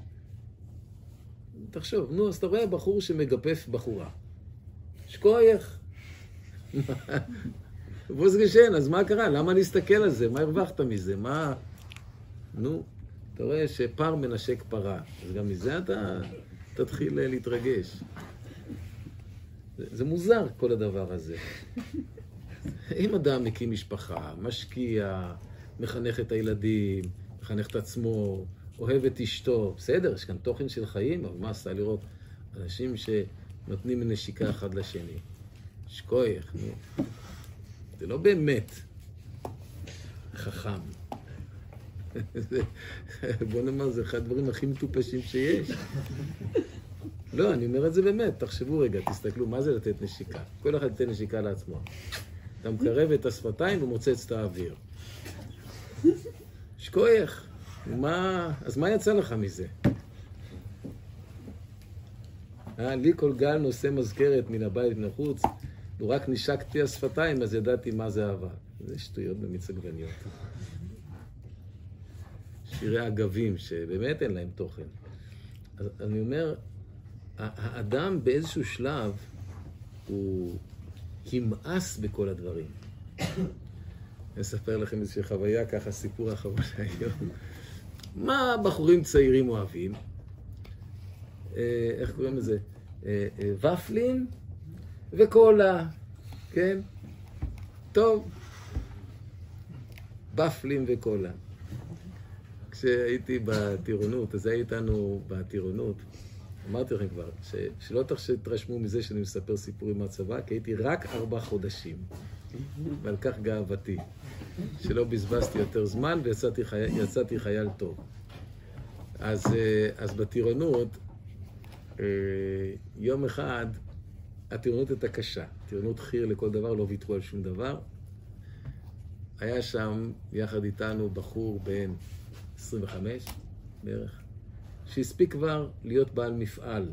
תחשוב, נו, אז אתה רואה בחור שמגפף בחורה. שכוייך. בוס גשן, אז מה קרה? למה להסתכל על זה? מה הרווחת מזה? מה... נו, אתה רואה שפר מנשק פרה. אז גם מזה אתה תתחיל להתרגש. זה, זה מוזר, כל הדבר הזה. אם אדם מקים משפחה, משקיע, מחנך את הילדים, מחנך את עצמו, אוהב את אשתו, בסדר, יש כאן תוכן של חיים, אבל מה עשה לראות אנשים שנותנים נשיקה אחד לשני? שכוייך, נו. זה לא באמת חכם. בוא נאמר, זה אחד הדברים הכי מטופשים שיש. לא, אני אומר את זה באמת. תחשבו רגע, תסתכלו, מה זה לתת נשיקה? כל אחד ייתן נשיקה לעצמו. אתה מקרב את השפתיים ומוצץ את האוויר. שכוייך. מה... אז מה יצא לך מזה? אה, לי כל גל נושא מזכרת מן הבית מן החוץ. לו רק נשקתי השפתיים, אז ידעתי מה זה אהבה. זה שטויות במיץ עגבניות. שירי אגבים שבאמת אין להם תוכן. אז אני אומר, האדם באיזשהו שלב הוא המאס בכל הדברים. אני אספר לכם איזושהי חוויה, ככה סיפור האחרון היום. מה בחורים צעירים אוהבים? איך קוראים לזה? ופלין וקולה, כן? טוב. ופלין וקולה. כשהייתי בטירונות, אז הייתנו בטירונות, אמרתי לכם כבר, ש, שלא תתרשמו מזה שאני מספר סיפורים מהצבא, כי הייתי רק ארבע חודשים. ועל כך גאוותי, שלא בזבזתי יותר זמן ויצאתי חי... יצאתי חייל טוב. אז, אז בטירונות, יום אחד, הטירונות הייתה קשה. טירונות חיר לכל דבר, לא ויתרו על שום דבר. היה שם יחד איתנו בחור בן עשרים וחמש בערך, שהספיק כבר להיות בעל מפעל.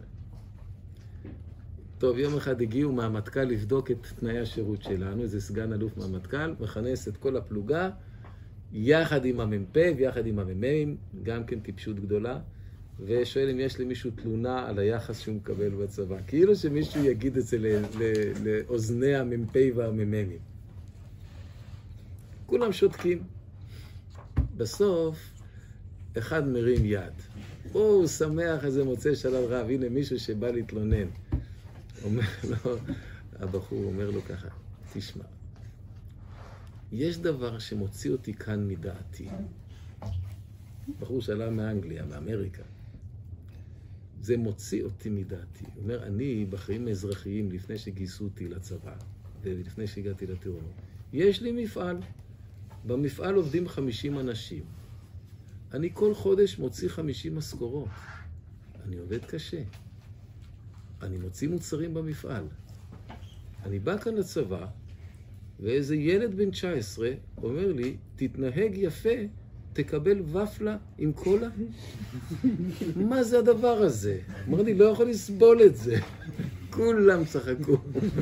טוב, יום אחד הגיעו מהמטכ"ל לבדוק את תנאי השירות שלנו, איזה סגן אלוף מהמטכ"ל, מכנס את כל הפלוגה, יחד עם המ"פ ויחד עם המ"מים, גם כן טיפשות גדולה, ושואל אם יש למישהו תלונה על היחס שהוא מקבל בצבא. כאילו שמישהו יגיד את זה לאוזני המ"פ והמ"מים. כולם שותקים. בסוף, אחד מרים יד. בואו, הוא שמח איזה מוצא שלל רב, הנה מישהו שבא להתלונן. אומר לו, הבחור אומר לו ככה, תשמע, יש דבר שמוציא אותי כאן מדעתי. בחור שעלה מאנגליה, מאמריקה. זה מוציא אותי מדעתי. הוא אומר, אני בחיים האזרחיים, לפני שגייסו אותי לצבא, ולפני שהגעתי לטירונות, יש לי מפעל. במפעל עובדים חמישים אנשים. אני כל חודש מוציא חמישים משכורות. אני עובד קשה. אני מוציא מוצרים במפעל. אני בא כאן לצבא, ואיזה ילד בן תשע עשרה אומר לי, תתנהג יפה, תקבל ופלה עם קולה. מה זה הדבר הזה? אמר לי, לא יכול לסבול את זה. כולם צחקו.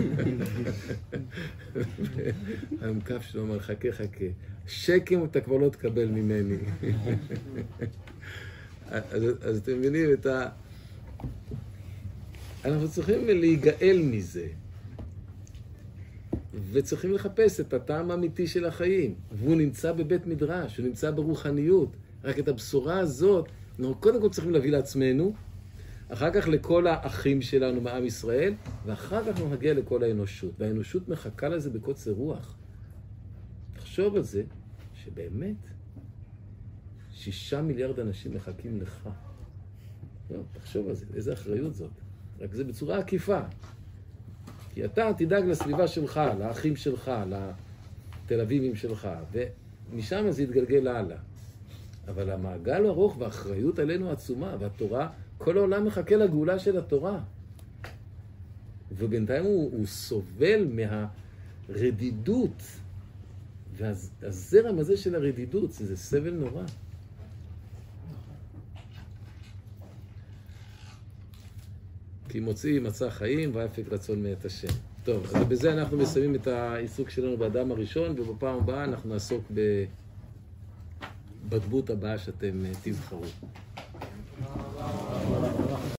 המקף שלו אומר, חכה, חכה. שקם אתה כבר לא תקבל ממני. אז, אז אתם מבינים את ה... אנחנו צריכים להיגאל מזה. וצריכים לחפש את הטעם האמיתי של החיים. והוא נמצא בבית מדרש, הוא נמצא ברוחניות. רק את הבשורה הזאת, אנחנו קודם כל צריכים להביא לעצמנו, אחר כך לכל האחים שלנו מעם ישראל, ואחר כך אנחנו נגיע לכל האנושות. והאנושות מחכה לזה בקוצר רוח. תחשוב על זה, שבאמת שישה מיליארד אנשים מחכים לך. לא, תחשוב על זה, איזה אחריות זאת. רק זה בצורה עקיפה. כי אתה תדאג לסביבה שלך, לאחים שלך, לתל אביבים שלך, ומשם זה יתגלגל הלאה. אבל המעגל הוא ארוך והאחריות עלינו עצומה, והתורה, כל העולם מחכה לגאולה של התורה. ובינתיים הוא, הוא סובל מהרדידות, והזרם הזה של הרדידות, זה סבל נורא. כי מוציא מצא חיים והאפק רצון מאת השם. טוב, אז בזה אנחנו מסיימים את העיסוק שלנו באדם הראשון, ובפעם הבאה אנחנו נעסוק ב... בדמות הבאה שאתם תבחרו.